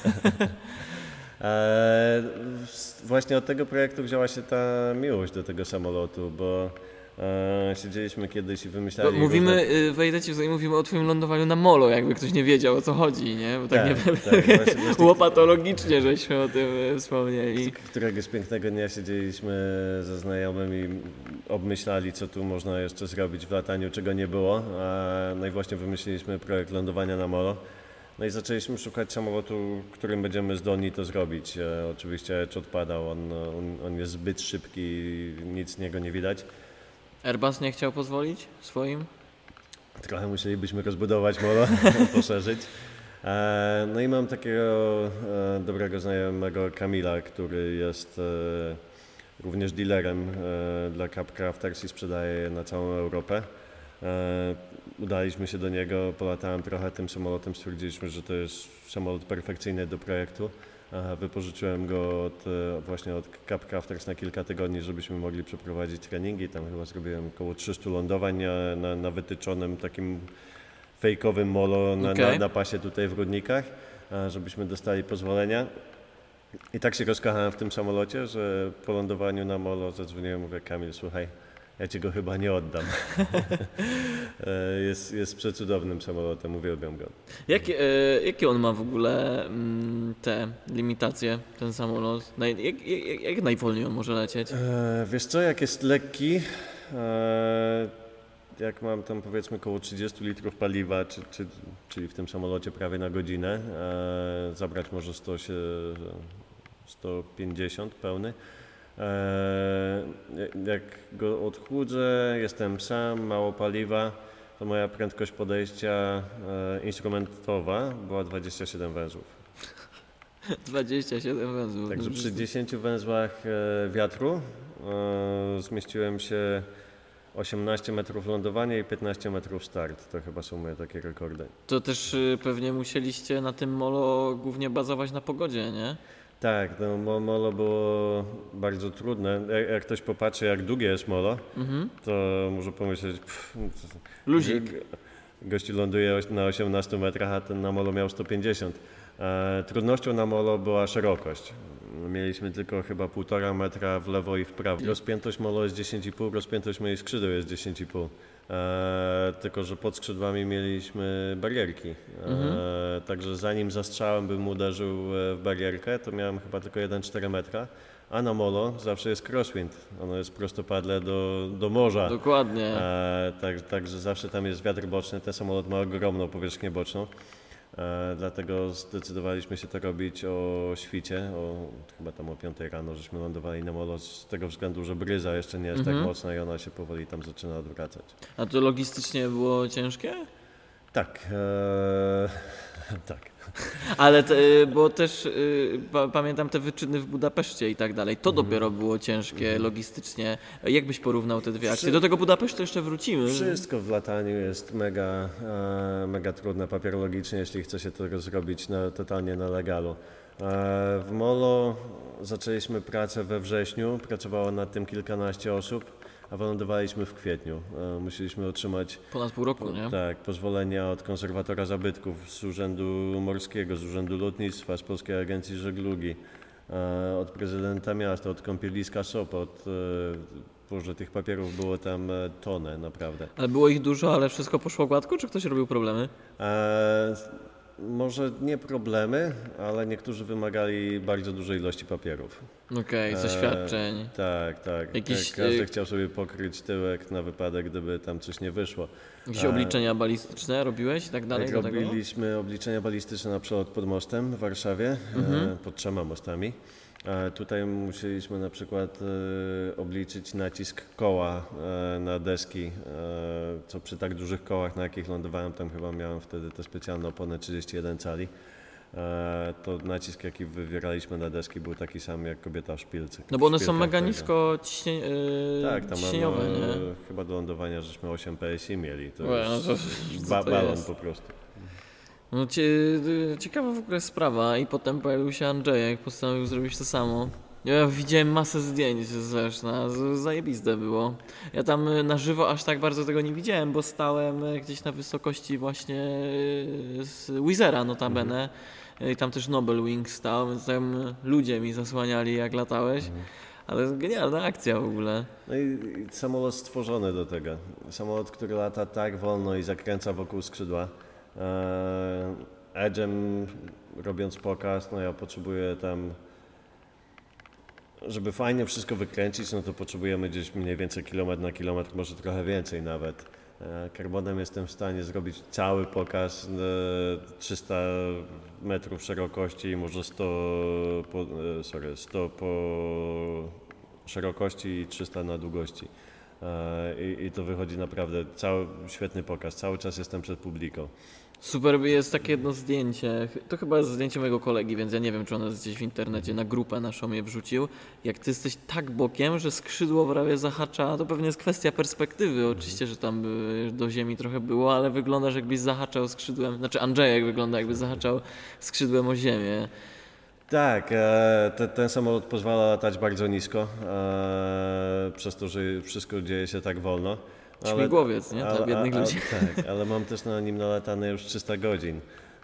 Właśnie od tego projektu wzięła się ta miłość do tego samolotu, bo siedzieliśmy kiedyś i wymyślali... Mówimy, wejdę ci w zdanie, mówimy o twoim lądowaniu na molo, jakby ktoś nie wiedział, o co chodzi, nie? Bo tak, właśnie, łopatologicznie żeśmy o tym wspomnieli. Któregoś pięknego dnia siedzieliśmy ze znajomymi, obmyślali, co tu można jeszcze zrobić w lataniu, czego nie było. No i właśnie wymyśliliśmy projekt lądowania na molo. No i zaczęliśmy szukać samolotu, którym będziemy zdolni to zrobić. Oczywiście Edge odpadał, on jest zbyt szybki, nic z niego nie widać. Airbus nie chciał pozwolić swoim? Trochę musielibyśmy rozbudować molo, poszerzyć. No i mam takiego dobrego znajomego Kamila, który jest również dealerem dla Cap Crafters i sprzedaje je na całą Europę. Udaliśmy się do niego, polatałem trochę tym samolotem, stwierdziliśmy, że to jest samolot perfekcyjny do projektu. Wypożyczyłem go właśnie od Cap Crafters na kilka tygodni, żebyśmy mogli przeprowadzić treningi. Tam chyba zrobiłem około 300 lądowań na wytyczonym takim fejkowym molo na pasie tutaj w Rudnikach, żebyśmy dostali pozwolenia. I tak się rozkochałem w tym samolocie, że po lądowaniu na molo zadzwoniłem, mówię: Kamil, słuchaj, ja ci go chyba nie oddam. jest przecudownym samolotem, uwielbiam go. Jakie on ma w ogóle te limitacje, ten samolot? Jak najwolniej on może lecieć? Wiesz co, jak jest lekki, jak mam tam powiedzmy około 30 litrów paliwa, czyli w tym samolocie prawie na godzinę, zabrać może 150 pełny. Jak go odchudzę, jestem sam, mało paliwa, to moja prędkość podejścia instrumentowa była 27 węzłów. 27 węzłów. Także przy 10 węzłach wiatru zmieściłem się 18 metrów lądowania i 15 metrów start. To chyba są moje takie rekordy. To też pewnie musieliście na tym molo głównie bazować na pogodzie, nie? Tak, no molo było bardzo trudne. Jak ktoś popatrzy, jak długie jest molo, to może pomyśleć, Luzik. Gościu ląduje na 18 metrach, a ten na molo miał 150. Trudnością na molo była szerokość. Mieliśmy tylko chyba 1,5 metra w lewo i w prawo. Rozpiętość molo jest 10,5, rozpiętość moich skrzydeł jest 10,5. Tylko że pod skrzydłami mieliśmy barierki. Także zanim zastrzałem bym uderzył w barierkę, to miałem chyba tylko 1,4 metra. A na molo zawsze jest crosswind. Ono jest prostopadle do morza. Dokładnie. Także zawsze tam jest wiatr boczny. Ten samolot ma ogromną powierzchnię boczną. Dlatego zdecydowaliśmy się to robić o świcie, chyba tam o 5 rano, żeśmy lądowali na molo z tego względu, że bryza jeszcze nie jest tak mocna i ona się powoli tam zaczyna odwracać. A to logistycznie było ciężkie? Tak, tak. Ale bo też pamiętam te wyczyny w Budapeszcie i tak dalej. To dopiero było ciężkie logistycznie. Jak byś porównał te dwie akcje? Do tego Budapesztu jeszcze wrócimy. Wszystko w lataniu jest mega trudne papierologicznie, jeśli chce się to zrobić totalnie na legalu. W molo zaczęliśmy pracę we wrześniu, pracowało nad tym kilkanaście osób, a wylądowaliśmy w kwietniu. Musieliśmy otrzymać Ponad pół roku, nie? Tak, pozwolenia od konserwatora zabytków, z Urzędu Morskiego, z Urzędu Lotnictwa, z Polskiej Agencji Żeglugi, od prezydenta miasta, od kąpieliska Sopot. Boże, tych papierów było tam tonę, naprawdę. Ale było ich dużo, ale wszystko poszło gładko, czy ktoś robił problemy? Może nie problemy, ale niektórzy wymagali bardzo dużej ilości papierów. Okej, zaświadczeń. Tak. Każdy chciał sobie pokryć tyłek na wypadek, gdyby tam coś nie wyszło. Jakieś obliczenia balistyczne robiłeś i tak dalej? Robiliśmy obliczenia balistyczne na przelot pod mostem w Warszawie, pod 3 mostami. Tutaj musieliśmy na przykład obliczyć nacisk koła na deski, co przy tak dużych kołach, na jakich lądowałem, tam chyba miałem wtedy te specjalne opony 31 cali, to nacisk, jaki wywieraliśmy na deski, był taki sam jak kobieta w szpilce. No bo one są mega nisko Tak, tam ciśnieniowe, nie? chyba do lądowania żeśmy 8 PSI mieli, to No jest to balon jest? po prostu. No ciekawa w ogóle sprawa i potem pojawił się Andrzejek, postanowił zrobić to samo. Ja widziałem masę zdjęć z Leszna, zajebiste było. Ja tam na żywo aż tak bardzo tego nie widziałem, bo stałem gdzieś na wysokości właśnie z Wizera notabene. I tam też Nobel Wing stał, więc tam ludzie mi zasłaniali jak latałeś. Ale genialna akcja w ogóle. No i samolot stworzony do tego. Samolot, który lata tak wolno i zakręca wokół skrzydła. Edge'em robiąc pokaz, no ja potrzebuję tam, żeby fajnie wszystko wykręcić, no to potrzebujemy gdzieś mniej więcej kilometr na kilometr, może trochę więcej nawet. Carbonem jestem w stanie zrobić cały pokaz 300 metrów szerokości i może 100 po szerokości i 300 na długości. I to wychodzi naprawdę świetny pokaz. Cały czas jestem przed publiką. Super jest takie jedno zdjęcie, to chyba jest zdjęcie mojego kolegi, więc ja nie wiem, czy ono jest gdzieś w internecie, na grupę naszą je wrzucił. Jak ty jesteś tak bokiem, że skrzydło prawie zahacza, to pewnie jest kwestia perspektywy, oczywiście, że tam do ziemi trochę było, ale wyglądasz jakbyś zahaczał skrzydłem, znaczy Andrzejek wygląda jakby zahaczał skrzydłem o ziemię. Tak, ten samolot pozwala latać bardzo nisko, przez to, że wszystko dzieje się tak wolno. Śmigłowiec, nie? Dla biednych ludzi. Tak, ale mam też na nim nalatane już 300 godzin.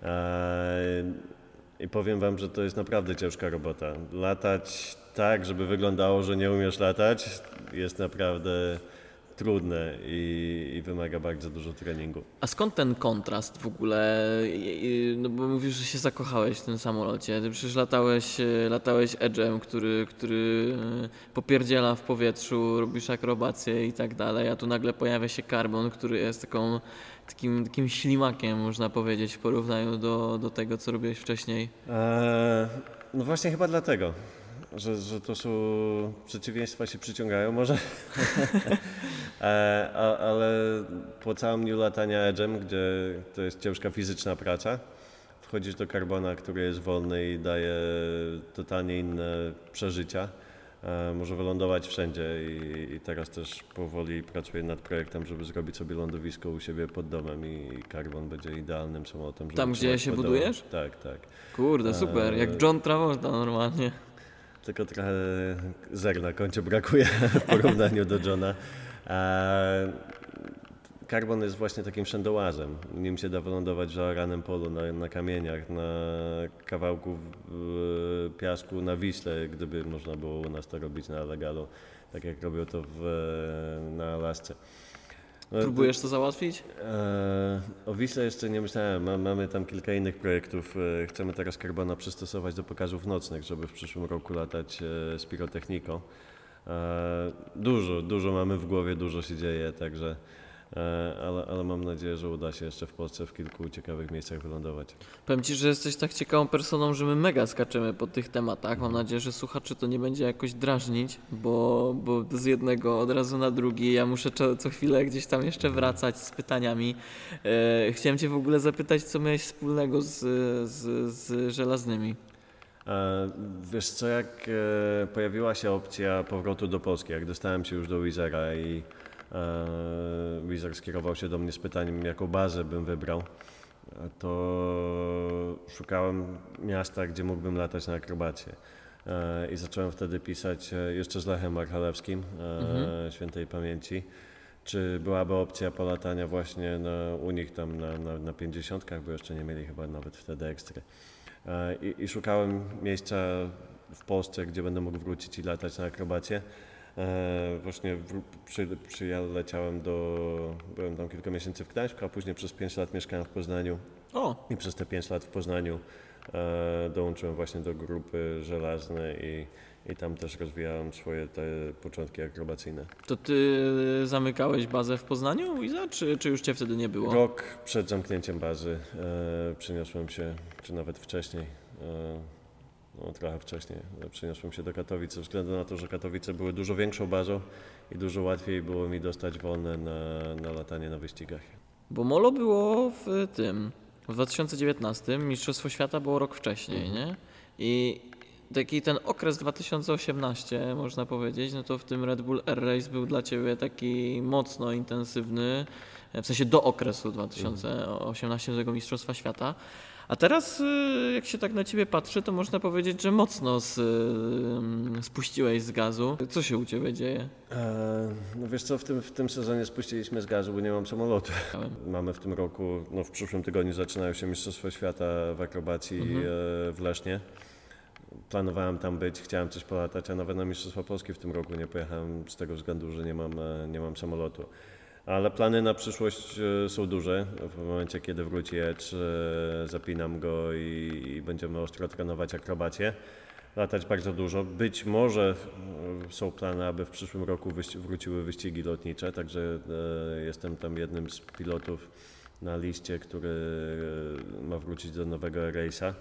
I powiem wam, że to jest naprawdę ciężka robota. Latać tak, żeby wyglądało, że nie umiesz latać, jest naprawdę trudne i wymaga bardzo dużo treningu. A skąd ten kontrast w ogóle? No bo mówisz, że się zakochałeś w tym samolocie. Ty przecież latałeś Edge'em, który popierdziela w powietrzu, robisz akrobacje i tak dalej, a tu nagle pojawia się Carbon, który jest takim ślimakiem, można powiedzieć, w porównaniu do tego, co robiłeś wcześniej. No właśnie chyba dlatego. Że to są przeciwieństwa się przyciągają może, ale po całym dniu latania Edge'em, gdzie to jest ciężka fizyczna praca, wchodzisz do Carbona, który jest wolny i daje totalnie inne przeżycia. Może wylądować wszędzie i teraz też powoli pracuję nad projektem, żeby zrobić sobie lądowisko u siebie pod domem i Carbon będzie idealnym samolotem. Żeby Tam, gdzie się budujesz? Tak, tak. Kurde, super, jak John Travolta normalnie. Tylko trochę zer na koncie brakuje w porównaniu do Johna. Carbon jest właśnie takim wszędołazem. Nim się da wylądować w zaoranym polu, na kamieniach, na kawałku piasku, na Wiśle, gdyby można było u nas to robić na Allegalu, tak jak robią to na Alasce. No, Próbujesz to załatwić? O Wiśle jeszcze nie myślałem. Mamy tam kilka innych projektów. Chcemy teraz Carbona przystosować do pokazów nocnych, żeby w przyszłym roku latać z pirotechniką. Dużo mamy w głowie, dużo się dzieje, także ale mam nadzieję, że uda się jeszcze w Polsce w kilku ciekawych miejscach wylądować. Powiem Ci, że jesteś tak ciekawą personą, że my mega skaczemy po tych tematach. Mam nadzieję, że słuchaczy to nie będzie jakoś drażnić, bo z jednego od razu na drugi ja muszę co chwilę gdzieś tam jeszcze wracać z pytaniami. Chciałem Cię w ogóle zapytać, co miałeś wspólnego z żelaznymi. Wiesz co, jak pojawiła się opcja powrotu do Polski, jak dostałem się już do Wizera i Wizer skierował się do mnie z pytaniem, jaką bazę bym wybrał, to szukałem miasta, gdzie mógłbym latać na akrobacie. I zacząłem wtedy pisać jeszcze z Lechem Marchalewskim, świętej pamięci, czy byłaby opcja polatania właśnie u nich tam na 50, bo jeszcze nie mieli chyba nawet wtedy ekstry. I szukałem miejsca w Polsce, gdzie będę mógł wrócić i latać na akrobacie. Właśnie leciałem byłem tam kilka miesięcy w Gdańsku, a później przez 5 lat mieszkałem w Poznaniu. I przez te 5 lat w Poznaniu dołączyłem właśnie do grupy żelaznej i tam też rozwijałem swoje te początki akrobacyjne. To Ty zamykałeś bazę w Poznaniu, Iza, czy już Cię wtedy nie było? Rok przed zamknięciem bazy przeniosłem się, czy nawet wcześniej, trochę wcześniej, przeniosłem się do Katowic ze względu na to, że Katowice były dużo większą bazą i dużo łatwiej było mi dostać wolne na latanie na wyścigach. Bo Molo było w 2019, Mistrzostwo Świata było rok wcześniej, nie? I taki ten okres 2018, można powiedzieć, no to w tym Red Bull Air Race był dla Ciebie taki mocno intensywny, w sensie do okresu 2018 tego Mistrzostwa Świata. A teraz, jak się tak na ciebie patrzy, to można powiedzieć, że mocno spuściłeś z gazu. Co się u ciebie dzieje? No wiesz co, w tym sezonie spuściliśmy z gazu, bo nie mam samolotu. Mamy w tym roku, no w przyszłym tygodniu zaczynają się Mistrzostwa Świata w akrobacji w Lesznie. Planowałem tam być, chciałem coś polatać, a nawet na Mistrzostwa Polski w tym roku nie pojechałem z tego względu, że nie mam samolotu. Ale plany na przyszłość są duże. W momencie, kiedy wróci Edge, zapinam go i będziemy ostro trenować akrobację. Latać bardzo dużo. Być może są plany, aby w przyszłym roku wróciły wyścigi lotnicze, także jestem tam jednym z pilotów na liście, który ma wrócić do nowego Air-Race'a.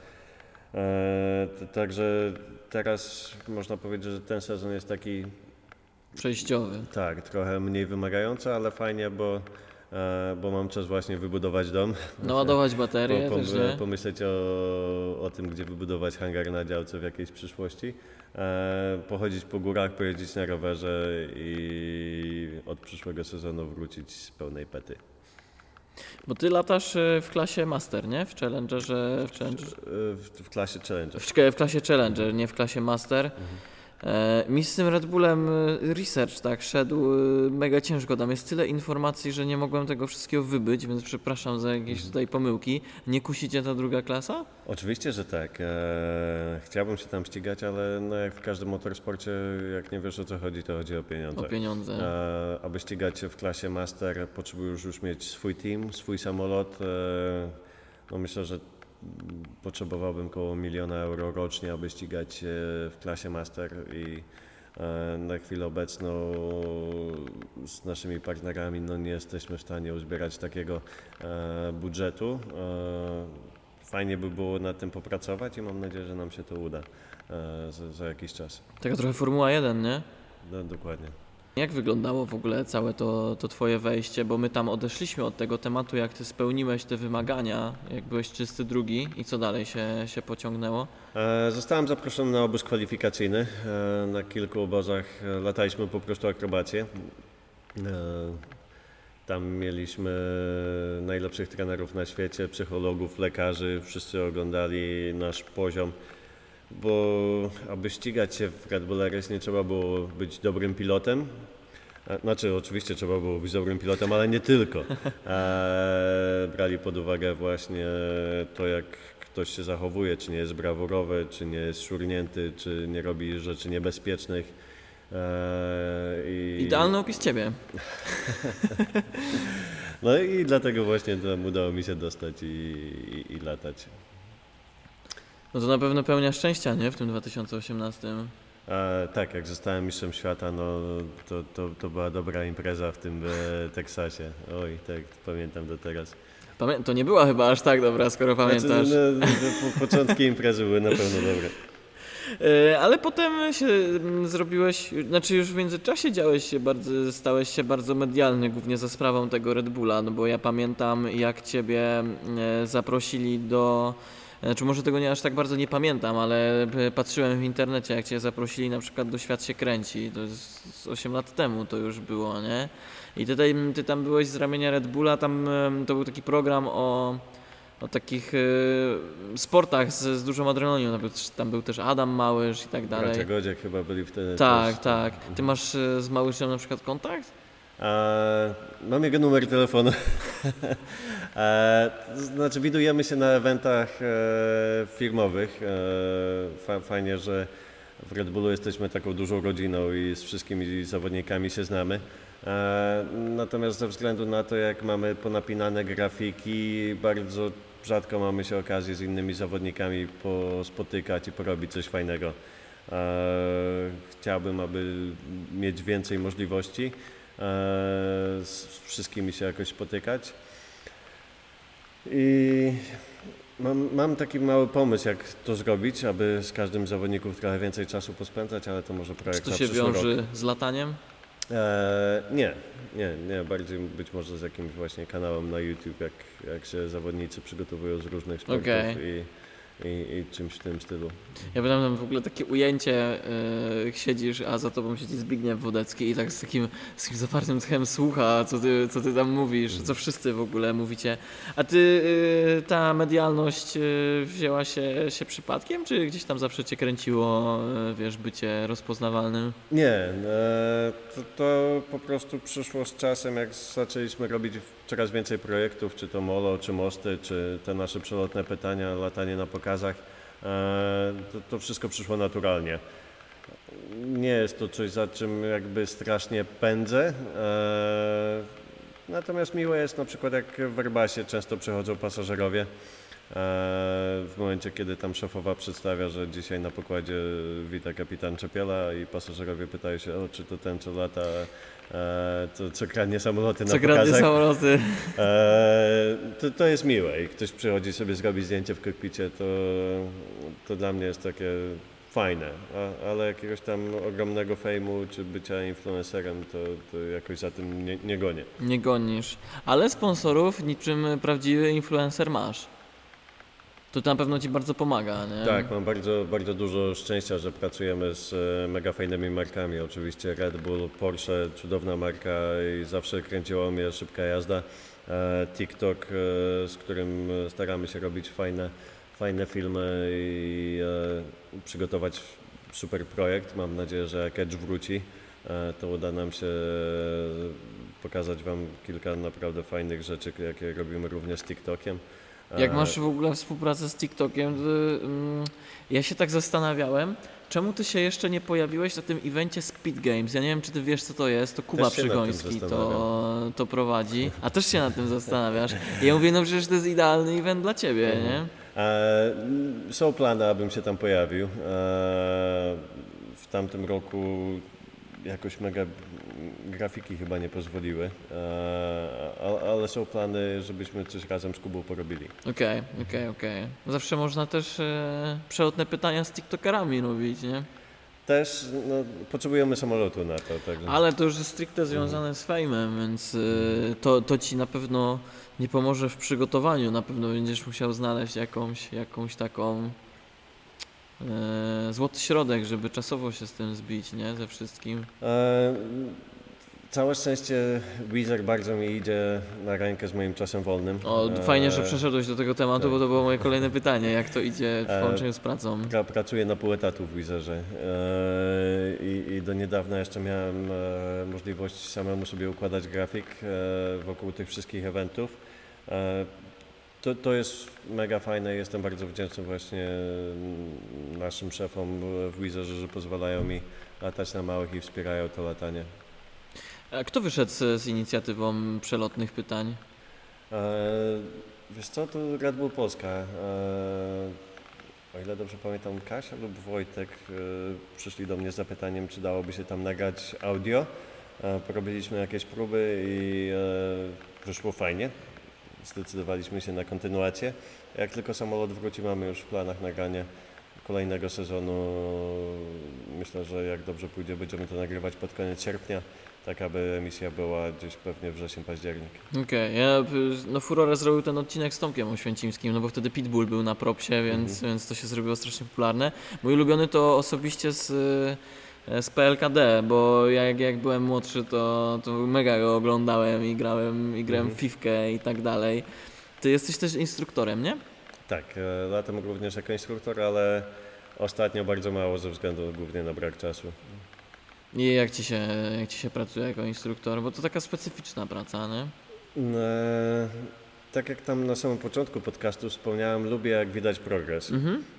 Także teraz można powiedzieć, że ten sezon jest taki Przejściowy. tak, trochę mniej wymagający, ale fajnie, bo mam czas właśnie wybudować dom. Naładować baterię też, nie? Pomyśleć o tym, gdzie wybudować hangar na działce w jakiejś przyszłości. Pochodzić po górach, pojeździć na rowerze i od przyszłego sezonu wrócić z pełnej pety. Bo ty latasz w klasie Master, nie? W Challengerze. W klasie Challenger. W klasie Challenger, nie w klasie Master. Mi z tym Red Bullem research tak szedł mega ciężko. Tam jest tyle informacji, że nie mogłem tego wszystkiego wybyć, więc przepraszam za jakieś tutaj pomyłki. Nie kusi cię ta druga klasa? Oczywiście, że tak. Chciałbym się tam ścigać, ale no jak w każdym motorsporcie, jak nie wiesz o co chodzi, to chodzi o pieniądze. O pieniądze. Aby ścigać się w klasie Master, potrzebujesz już mieć swój team, swój samolot. No myślę, że potrzebowałbym około 1 000 000 euro rocznie, aby ścigać się w klasie Master i na chwilę obecną z naszymi partnerami no nie jesteśmy w stanie uzbierać takiego budżetu. Fajnie by było nad tym popracować i mam nadzieję, że nam się to uda za jakiś czas. Taka trochę Formuła 1, nie? No, dokładnie. Jak wyglądało w ogóle całe to twoje wejście? Bo my tam odeszliśmy od tego tematu, jak ty spełniłeś te wymagania, jak byłeś czysty drugi i co dalej się pociągnęło? Zostałem zaproszony na obóz kwalifikacyjny. Na kilku obozach lataliśmy po prostu akrobację. Tam mieliśmy najlepszych trenerów na świecie, psychologów, lekarzy, wszyscy oglądali nasz poziom. Bo aby ścigać się w Red Bull Race nie trzeba było być dobrym pilotem. Znaczy oczywiście trzeba było być dobrym pilotem, ale nie tylko. Brali pod uwagę właśnie to, jak ktoś się zachowuje, czy nie jest brawurowy, czy nie jest szurnięty, czy nie robi rzeczy niebezpiecznych. Idealny opis ciebie. No i dlatego właśnie tam udało mi się dostać i latać. No to na pewno pełnia szczęścia, nie? W tym 2018. Tak, jak zostałem mistrzem świata, no to była dobra impreza w tym Teksasie. Oj, tak, pamiętam do teraz. To nie była chyba aż tak dobra, skoro pamiętasz. Początki imprezy były na pewno dobre. Ale potem się zrobiłeś, znaczy już w międzyczasie stałeś się bardzo medialny, głównie za sprawą tego Red Bulla, no bo ja pamiętam, jak ciebie zaprosili czy może tego nie aż tak bardzo nie pamiętam, ale patrzyłem w internecie, jak cię zaprosili na przykład do Świat się kręci, to jest z 8 lat temu to już było, nie? I ty tam byłeś z ramienia Red Bulla, tam to był taki program o takich sportach z dużą adrenaliną, tam był też Adam Małysz i tak dalej. Bracia Godziak chyba byli wtedy Tak, też. tak. Ty masz z Małyszem na przykład kontakt? Mam jego numer telefonu. Znaczy widujemy się na eventach firmowych. Fajnie, że w Red Bullu jesteśmy taką dużą rodziną i z wszystkimi zawodnikami się znamy. Natomiast ze względu na to, jak mamy ponapinane grafiki, bardzo rzadko mamy się okazję z innymi zawodnikami pospotykać i porobić coś fajnego. Chciałbym, aby mieć więcej możliwości z wszystkimi się jakoś spotykać. I mam taki mały pomysł, jak to zrobić, aby z każdym z zawodników trochę więcej czasu pospędzać, ale to może projekt Czy na to się przyszły wiąże rok. z lataniem? Nie, bardziej być może z jakimś właśnie kanałem na YouTube, jak się zawodnicy przygotowują z różnych sportów Okej. i czymś w tym stylu. Ja bym tam w ogóle takie ujęcie, siedzisz, a za tobą siedzi Zbigniew Wodecki i tak z takim zapartym tchem słucha, co ty tam mówisz, co wszyscy w ogóle mówicie. A ty, ta medialność wzięła się przypadkiem, czy gdzieś tam zawsze cię kręciło, wiesz, bycie rozpoznawalnym? Nie, to po prostu przyszło z czasem, jak zaczęliśmy robić coraz więcej projektów, czy to Molo, czy Mosty, czy te nasze przelotne pytania, latanie na pokazach. To wszystko przyszło naturalnie. Nie jest to coś, za czym jakby strasznie pędzę. Natomiast miłe jest na przykład, jak w Airbusie często przychodzą pasażerowie. W momencie, kiedy tam szefowa przedstawia, że dzisiaj na pokładzie wita kapitan Czepiela i pasażerowie pytają się, czy to ten, co lata, co kradnie samoloty na pokazach. Co kradnie samoloty. To jest miłe i ktoś przychodzi sobie zrobić zdjęcie w kokpicie, to dla mnie jest takie fajne, ale jakiegoś tam ogromnego fejmu czy bycia influencerem to jakoś za tym nie gonię. Nie gonisz, ale sponsorów niczym prawdziwy influencer masz. To na pewno ci bardzo pomaga, nie? Tak, mam bardzo, bardzo dużo szczęścia, że pracujemy z mega fajnymi markami. Oczywiście Red Bull, Porsche, cudowna marka i zawsze kręciła mnie szybka jazda. TikTok, z którym staramy się robić fajne filmy i przygotować super projekt. Mam nadzieję, że jak Edge wróci, to uda nam się pokazać Wam kilka naprawdę fajnych rzeczy, jakie robimy również z TikTokiem. Jak masz w ogóle współpracę z TikTokiem, ja się tak zastanawiałem, czemu ty się jeszcze nie pojawiłeś na tym evencie Speed Games? Ja nie wiem, czy ty wiesz, co to jest, to Kuba Też się nad tym Przygoński zastanawiam. to prowadzi, a też się nad tym zastanawiasz. I ja mówię, no przecież to jest idealny event dla ciebie, nie? Są plany, abym się tam pojawił. W tamtym roku jakoś mega grafiki chyba nie pozwoliły, ale są plany, żebyśmy coś razem z Kubą porobili. Okej. Zawsze można też przelotne pytania z TikTokerami robić, nie? Też potrzebujemy samolotu na to. Także. Ale to już jest stricte związane z fejmem, więc to ci na pewno nie pomoże w przygotowaniu. Na pewno będziesz musiał znaleźć jakąś taką złoty środek, żeby czasowo się z tym zbić, nie? Ze wszystkim. Całe szczęście Weezer bardzo mi idzie na rękę z moim czasem wolnym. Fajnie, że przeszedłeś do tego tematu, tak. bo to było moje kolejne pytanie. Jak to idzie w połączeniu z pracą? Pracuję na pół etatu w Weezerze i do niedawna jeszcze miałem możliwość samemu sobie układać grafik wokół tych wszystkich eventów. To jest mega fajne i jestem bardzo wdzięczny właśnie naszym szefom w Weezerze, że pozwalają mi latać na małych i wspierają to latanie. A kto wyszedł z inicjatywą przelotnych pytań? Wiesz co, to Red Bull Polska. O ile dobrze pamiętam, Kasia lub Wojtek przyszli do mnie z zapytaniem, czy dałoby się tam nagrać audio. Porobiliśmy jakieś próby i wyszło fajnie. Zdecydowaliśmy się na kontynuację. Jak tylko samolot wróci, mamy już w planach nagranie kolejnego sezonu. Myślę, że jak dobrze pójdzie, będziemy to nagrywać pod koniec sierpnia, tak aby emisja była gdzieś pewnie wrzesień, październik. Okej, furorę zrobił ten odcinek z Tomkiem Oświęcimskim, no bo wtedy Pitbull był na propsie, więc to się zrobiło strasznie popularne. Mój ulubiony to osobiście z PLKD, bo jak byłem młodszy, to mega go oglądałem i grałem w Fifkę i tak dalej. Ty jesteś też instruktorem, nie? Tak, latam również jako instruktor, ale ostatnio bardzo mało ze względu głównie na brak czasu. I jak ci się pracuje jako instruktor? Bo to taka specyficzna praca, nie? Tak jak tam na samym początku podcastu wspomniałem, lubię jak widać progres.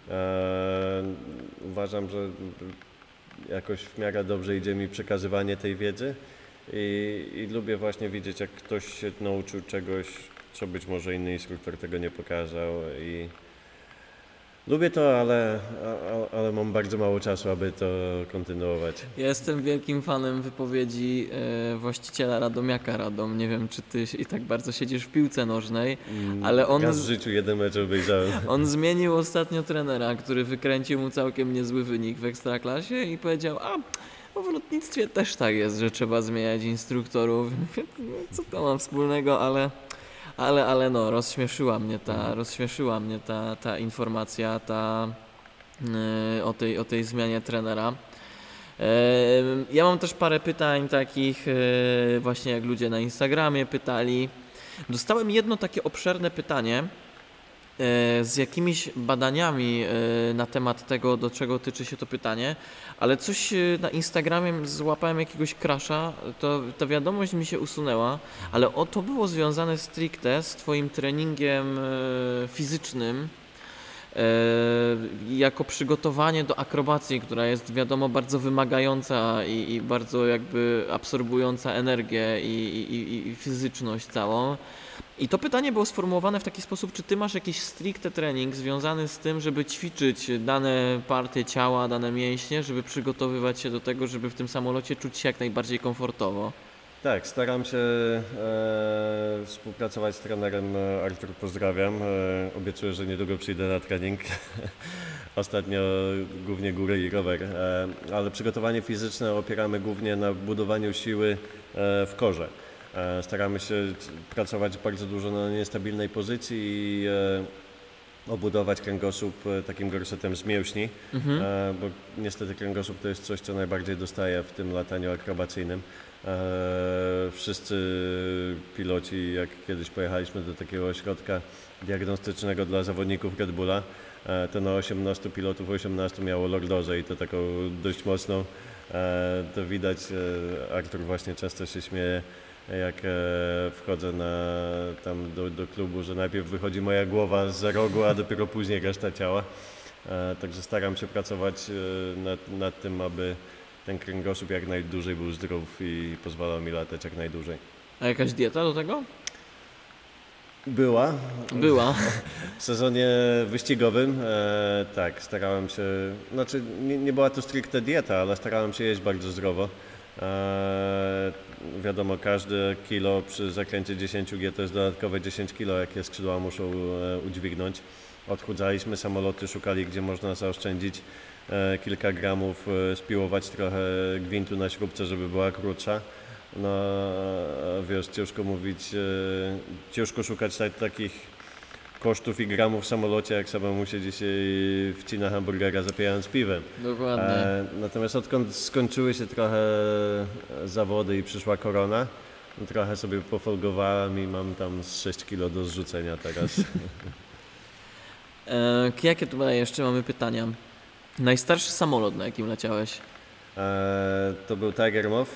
Uważam, że jakoś w miarę dobrze idzie mi przekazywanie tej wiedzy i lubię właśnie widzieć, jak ktoś się nauczył czegoś, co być może inny instruktor tego nie pokazał i lubię to, ale mam bardzo mało czasu, aby to kontynuować. Ja jestem wielkim fanem wypowiedzi właściciela Radomiaka Radom. Nie wiem, czy ty i tak bardzo siedzisz w piłce nożnej, ale on... Raz w życiu jeden mecz obejrzałem. On zmienił ostatnio trenera, który wykręcił mu całkiem niezły wynik w Ekstraklasie i powiedział, w lotnictwie też tak jest, że trzeba zmieniać instruktorów. Co to ma wspólnego, ale no, rozśmieszyła mnie ta informacja, o tej zmianie trenera. Ja mam też parę pytań takich, właśnie jak ludzie na Instagramie pytali. Dostałem jedno takie obszerne pytanie z jakimiś badaniami na temat tego, do czego tyczy się to pytanie, ale coś na Instagramie złapałem jakiegoś crasha, to ta wiadomość mi się usunęła, ale to było związane stricte z Twoim treningiem fizycznym, jako przygotowanie do akrobacji, która jest wiadomo bardzo wymagająca i bardzo jakby absorbująca energię i fizyczność całą. I to pytanie było sformułowane w taki sposób, czy ty masz jakiś stricte trening związany z tym, żeby ćwiczyć dane partie ciała, dane mięśnie, żeby przygotowywać się do tego, żeby w tym samolocie czuć się jak najbardziej komfortowo? Tak, staram się współpracować z trenerem. Artur, pozdrawiam. Obiecuję, że niedługo przyjdę na trening. Ostatnio głównie góry i rower, ale przygotowanie fizyczne opieramy głównie na budowaniu siły w korze. Staramy się pracować bardzo dużo na niestabilnej pozycji i obudować kręgosłup takim gorsetem z mięśni, bo niestety kręgosłup to jest coś, co najbardziej dostaje w tym lataniu akrobacyjnym. Wszyscy piloci, jak kiedyś pojechaliśmy do takiego ośrodka diagnostycznego dla zawodników Red Bulla, to na 18 pilotów 18 miało lordozę i to taką dość mocną. To widać, Artur właśnie często się śmieje, jak wchodzę tam do klubu, że najpierw wychodzi moja głowa z rogu, a dopiero później reszta ciała. Także staram się pracować nad tym, aby ten kręgosłup jak najdłużej był zdrów i pozwalał mi latać jak najdłużej. A jakaś dieta do tego? Była. W sezonie wyścigowym, tak, starałem się, znaczy nie była to stricte dieta, ale starałem się jeść bardzo zdrowo. Wiadomo, każde kilo przy zakręcie 10G to jest dodatkowe 10 kilo, jakie skrzydła muszą udźwignąć. Odchudzaliśmy samoloty, szukali gdzie można zaoszczędzić kilka gramów, spiłować trochę gwintu na śrubce, żeby była krótsza. No wiesz, ciężko szukać takich kosztów i gramów w samolocie, jak samemu się dzisiaj wcina hamburgera zapijając piwem. Dokładnie. Natomiast odkąd skończyły się trochę zawody i przyszła korona, trochę sobie pofolgowałem i mam tam z 6 kilo do zrzucenia teraz. Jakie tutaj jeszcze mamy pytania? Najstarszy samolot, na jakim leciałeś? To był Tiger Moth,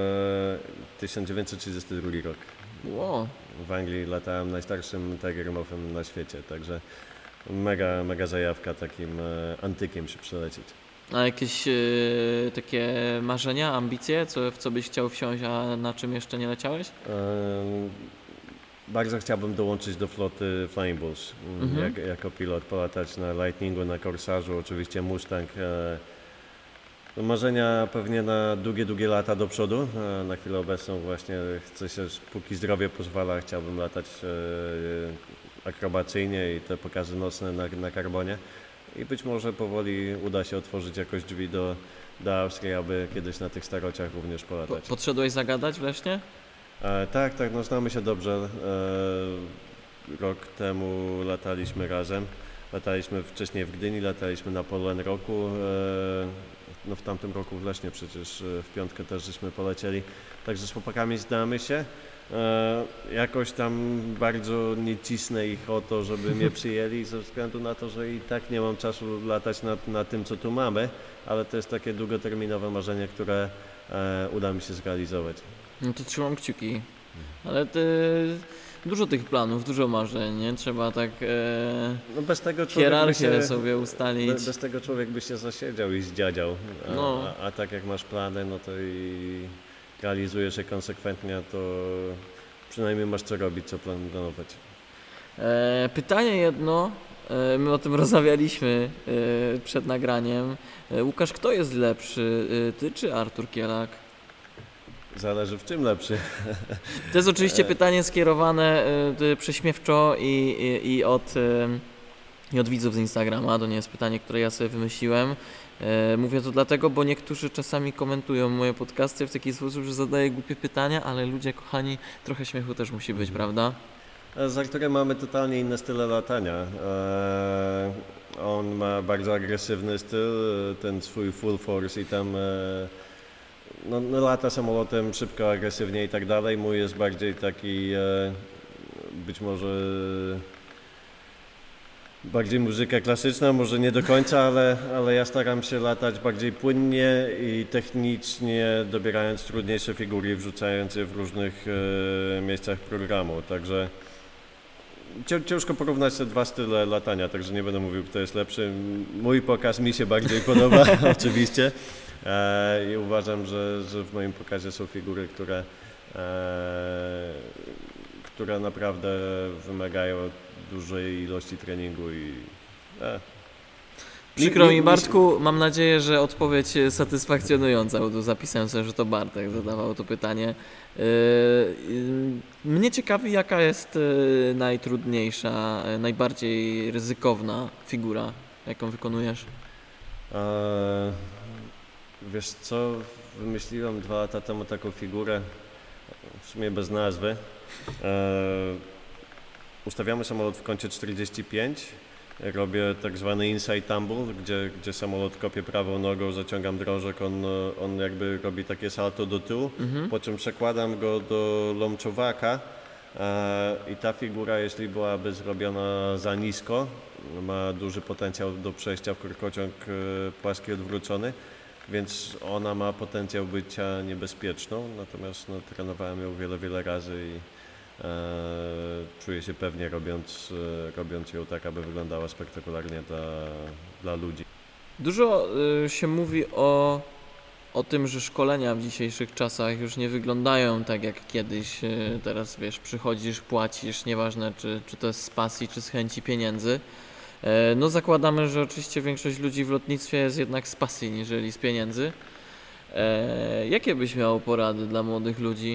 1932 rok. Wow. W Anglii latałem najstarszym Tiger Mothem na świecie, także mega zajawka, takim antykiem się przelecieć. A jakieś takie marzenia, ambicje, w co byś chciał wsiąść, a na czym jeszcze nie leciałeś? Bardzo chciałbym dołączyć do floty Flying Bulls, jako pilot, polatać na Lightningu, na Corsairzu, oczywiście Mustang. Marzenia pewnie na długie lata do przodu. Na chwilę obecną właśnie chcę się, póki zdrowie pozwala, chciałbym latać akrobacyjnie i te pokazy nocne na karbonie. I być może powoli uda się otworzyć jakoś drzwi do Austrii, aby kiedyś na tych starociach również polatać. Podszedłeś zagadać w Lesznie? Tak, no znamy się dobrze. Rok temu lataliśmy razem. Lataliśmy wcześniej w Gdyni, lataliśmy na Polen Roku. No w tamtym roku w Lesznie przecież w piątkę też żeśmy polecieli. Także z chłopakami znamy się. Jakoś tam bardzo nie cisnę ich o to, żeby mnie przyjęli ze względu na to, że i tak nie mam czasu latać na tym, co tu mamy, ale to jest takie długoterminowe marzenie, które uda mi się zrealizować. No to trzymam kciuki. Ale dużo tych planów, dużo marzeń, nie? Trzeba tak No bez tego hierarchię sobie ustalić. Bez tego człowiek by się zasiedział i zdziadział. A tak jak masz plany, no to i realizujesz je konsekwentnie, to przynajmniej masz co robić, co planować. Pytanie jedno, my o tym rozmawialiśmy przed nagraniem. Łukasz, kto jest lepszy, ty czy Artur Kielak? Zależy w czym lepszy. To jest oczywiście pytanie skierowane prześmiewczo i od widzów z Instagrama. To nie jest pytanie, które ja sobie wymyśliłem. Mówię to dlatego, bo niektórzy czasami komentują moje podcasty w taki sposób, że zadaję głupie pytania, ale ludzie kochani, trochę śmiechu też musi być, prawda? Z Arturem mamy totalnie inne style latania. On ma bardzo agresywny styl, ten swój full force i tam no lata samolotem szybko, agresywnie i tak dalej. Mój jest bardziej taki być może bardziej muzyka klasyczna, może nie do końca, ale ja staram się latać bardziej płynnie i technicznie, dobierając trudniejsze figury, wrzucając je w różnych miejscach programu. Także ciężko porównać te dwa style latania, także nie będę mówił, kto jest lepszy. Mój pokaz mi się bardziej podoba, oczywiście. I uważam, że w moim pokazie są figury, które naprawdę wymagają dużej ilości treningu i Przykro mi, Bartku, mam nadzieję, że odpowiedź satysfakcjonująca, bo tu zapisałem sobie, że to Bartek zadawał to pytanie. Mnie ciekawi, jaka jest najtrudniejsza, najbardziej ryzykowna figura, jaką wykonujesz? Wiesz co, wymyśliłem 2 lata temu taką figurę, w sumie bez nazwy. Ustawiamy samolot w kącie 45, robię tak zwany inside tumble, gdzie samolot kopie prawą nogą, zaciągam drążek, on jakby robi takie salto do tyłu, po czym przekładam go do lomczowaka i ta figura, jeśli byłaby zrobiona za nisko, ma duży potencjał do przejścia w korkociąg płaski odwrócony, więc ona ma potencjał bycia niebezpieczną, natomiast trenowałem ją wiele razy i czuję się pewnie robiąc ją tak, aby wyglądała spektakularnie dla ludzi. Dużo się mówi o tym, że szkolenia w dzisiejszych czasach już nie wyglądają tak jak kiedyś. Teraz wiesz, przychodzisz, płacisz, nieważne czy to jest z pasji, czy z chęci pieniędzy. No zakładamy, że oczywiście większość ludzi w lotnictwie jest jednak z pasji niżeli z pieniędzy. Jakie byś miał porady dla młodych ludzi?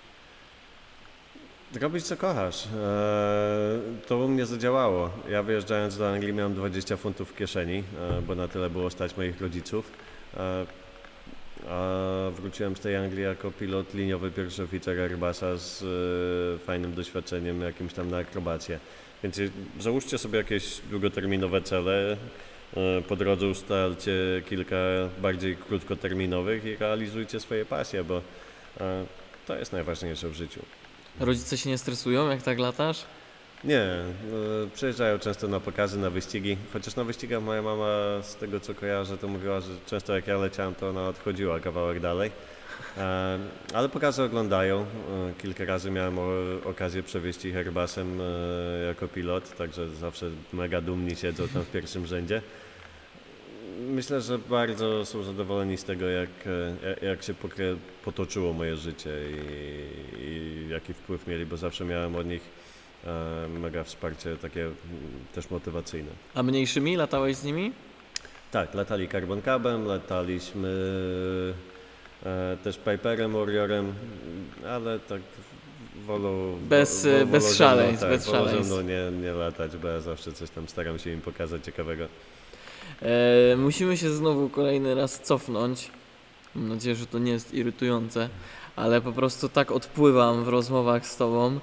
Robić co kochasz. To u mnie zadziałało. Ja wyjeżdżając do Anglii miałem 20 funtów w kieszeni, bo na tyle było stać moich rodziców. A wróciłem z tej Anglii jako pilot liniowy, pierwszy oficer Airbusa z fajnym doświadczeniem jakimś tam na akrobację. Więc załóżcie sobie jakieś długoterminowe cele, po drodze ustalcie kilka bardziej krótkoterminowych i realizujcie swoje pasje, bo to jest najważniejsze w życiu. Rodzice się nie stresują, jak tak latasz? Nie, przyjeżdżają często na pokazy, na wyścigi, chociaż na wyścigach moja mama, z tego co kojarzę, to mówiła, że często jak ja leciałem, to ona odchodziła kawałek dalej, ale pokazy oglądają. Kilka razy miałem okazję przewieźć ich Airbusem jako pilot, także zawsze mega dumni siedzą tam w pierwszym rzędzie. Myślę, że bardzo są zadowoleni z tego, jak się potoczyło moje życie i jaki wpływ mieli, bo zawsze miałem od nich mega wsparcie takie też motywacyjne. A mniejszymi latałeś z nimi? Tak, latali Carbon Cubem, lataliśmy też Piperem, Warriorem, ale tak wolą Bez szaleństw, bez wolą ze szaleństw. mną nie latać, bo ja zawsze coś tam staram się im pokazać ciekawego. Musimy się znowu kolejny raz cofnąć. Mam nadzieję, że to nie jest irytujące, ale po prostu tak odpływam w rozmowach z Tobą.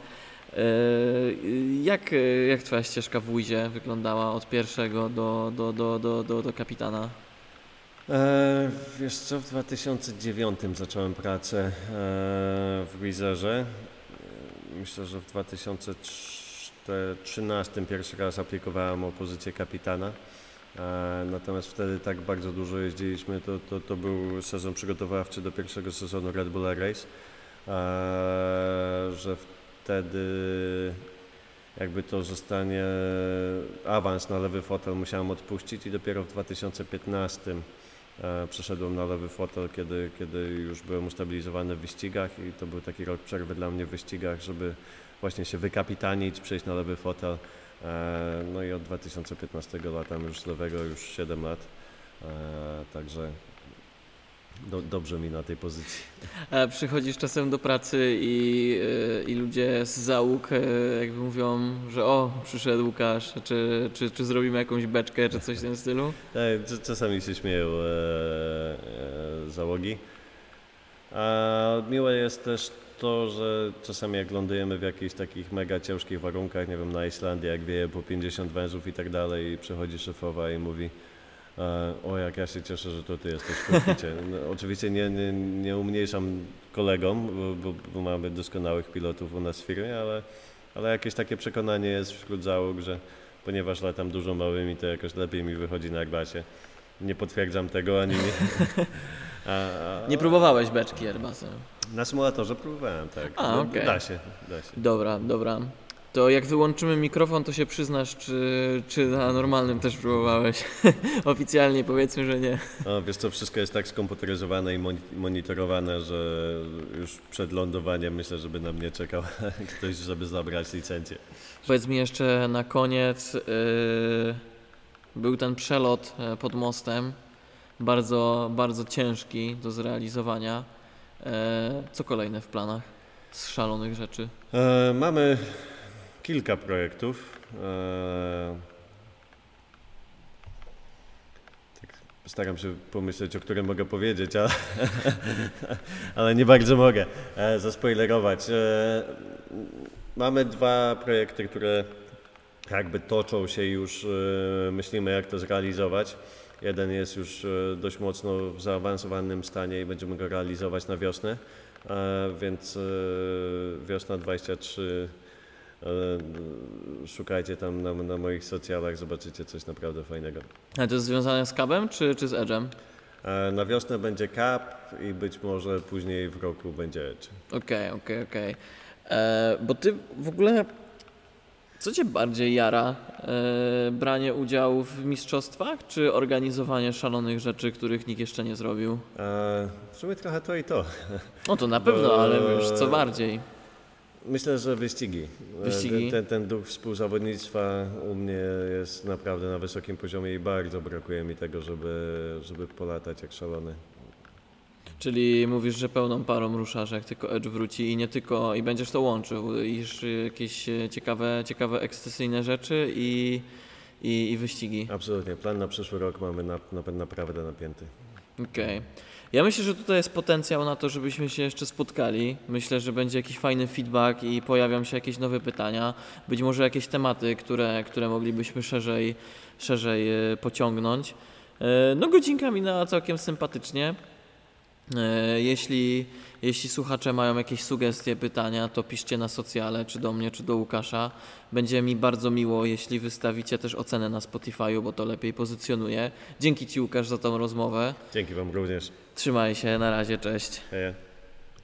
Jak Twoja ścieżka w WIZ-ie wyglądała od pierwszego do kapitana? Wiesz co, w 2009 zacząłem pracę w Wizerze. Myślę, że w 2013 pierwszy raz aplikowałem o pozycję kapitana. Natomiast wtedy tak bardzo dużo jeździliśmy, to był sezon przygotowawczy do pierwszego sezonu Red Bull Air Race, że wtedy jakby to zostanie awans na lewy fotel musiałem odpuścić i dopiero w 2015 przeszedłem na lewy fotel, kiedy już byłem ustabilizowany w wyścigach i to był taki rok przerwy dla mnie w wyścigach, żeby właśnie się wykapitanić, przejść na lewy fotel. No i od 2015 latam już z lewego, już 7 lat, także dobrze mi na tej pozycji. A przychodzisz czasem do pracy i ludzie z załóg jakby mówią, że o, przyszedł Łukasz, czy zrobimy jakąś beczkę, czy coś w tym stylu? Czasami się śmieją załogi. A miłe jest też to, że czasami jak lądujemy w jakichś takich mega ciężkich warunkach, nie wiem, na Islandii, jak wieje po 50 wężów i tak dalej, i przychodzi szefowa i mówi: o, jak ja się cieszę, że to ty jesteś w kokpicie. No, oczywiście nie umniejszam kolegom, bo mamy doskonałych pilotów u nas w firmie, ale jakieś takie przekonanie jest wśród załóg, że ponieważ latam dużo małymi, to jakoś lepiej mi wychodzi na Airbusie. Nie potwierdzam tego ani nie. Nie próbowałeś beczki Airbusa? Na symulatorze próbowałem, tak. A, okej. Da się. Dobra. To jak wyłączymy mikrofon, to się przyznasz, czy na normalnym też próbowałeś. Oficjalnie powiedzmy, że nie. O, wiesz co, wszystko jest tak skomputeryzowane i monitorowane, że już przed lądowaniem myślę, żeby na mnie czekał ktoś, żeby zabrać licencję. Powiedz mi jeszcze na koniec, był ten przelot pod mostem, bardzo, bardzo ciężki do zrealizowania. Co kolejne w planach z szalonych rzeczy? Mamy kilka projektów. Tak staram się pomyśleć, o którym mogę powiedzieć, ale nie bardzo mogę zaspoilerować. Mamy 2 projekty, które jakby toczą się już, myślimy jak to zrealizować. Jeden jest już dość mocno w zaawansowanym stanie i będziemy go realizować na wiosnę, więc wiosna 23, szukajcie tam na moich socjalach, zobaczycie coś naprawdę fajnego. A to jest związane z Cabem czy z Edge'em? Na wiosnę będzie Cab i być może później w roku będzie Edge. Okej. Bo ty w ogóle, co cię bardziej jara? Branie udziału w mistrzostwach, czy organizowanie szalonych rzeczy, których nikt jeszcze nie zrobił? W sumie trochę to i to. No to na pewno, ale wiesz, co bardziej? Myślę, że wyścigi. Ten duch współzawodnictwa u mnie jest naprawdę na wysokim poziomie i bardzo brakuje mi tego, żeby polatać jak szalony. Czyli mówisz, że pełną parą ruszasz, jak tylko Edge wróci i nie tylko, i będziesz to łączył, iż jakieś ciekawe ekscesyjne rzeczy i wyścigi. Absolutnie. Plan na przyszły rok mamy naprawdę napięty. Okej. Ja myślę, że tutaj jest potencjał na to, żebyśmy się jeszcze spotkali. Myślę, że będzie jakiś fajny feedback i pojawią się jakieś nowe pytania. Być może jakieś tematy, które moglibyśmy szerzej pociągnąć. No godzinka minęła całkiem sympatycznie. Jeśli słuchacze mają jakieś sugestie, pytania, to piszcie na socjale, czy do mnie, czy do Łukasza. Będzie mi bardzo miło, jeśli wystawicie też ocenę na Spotify'u, bo to lepiej pozycjonuje. Dzięki Ci, Łukasz, za tą rozmowę. Dzięki Wam również. Trzymaj się, na razie, cześć. Hej.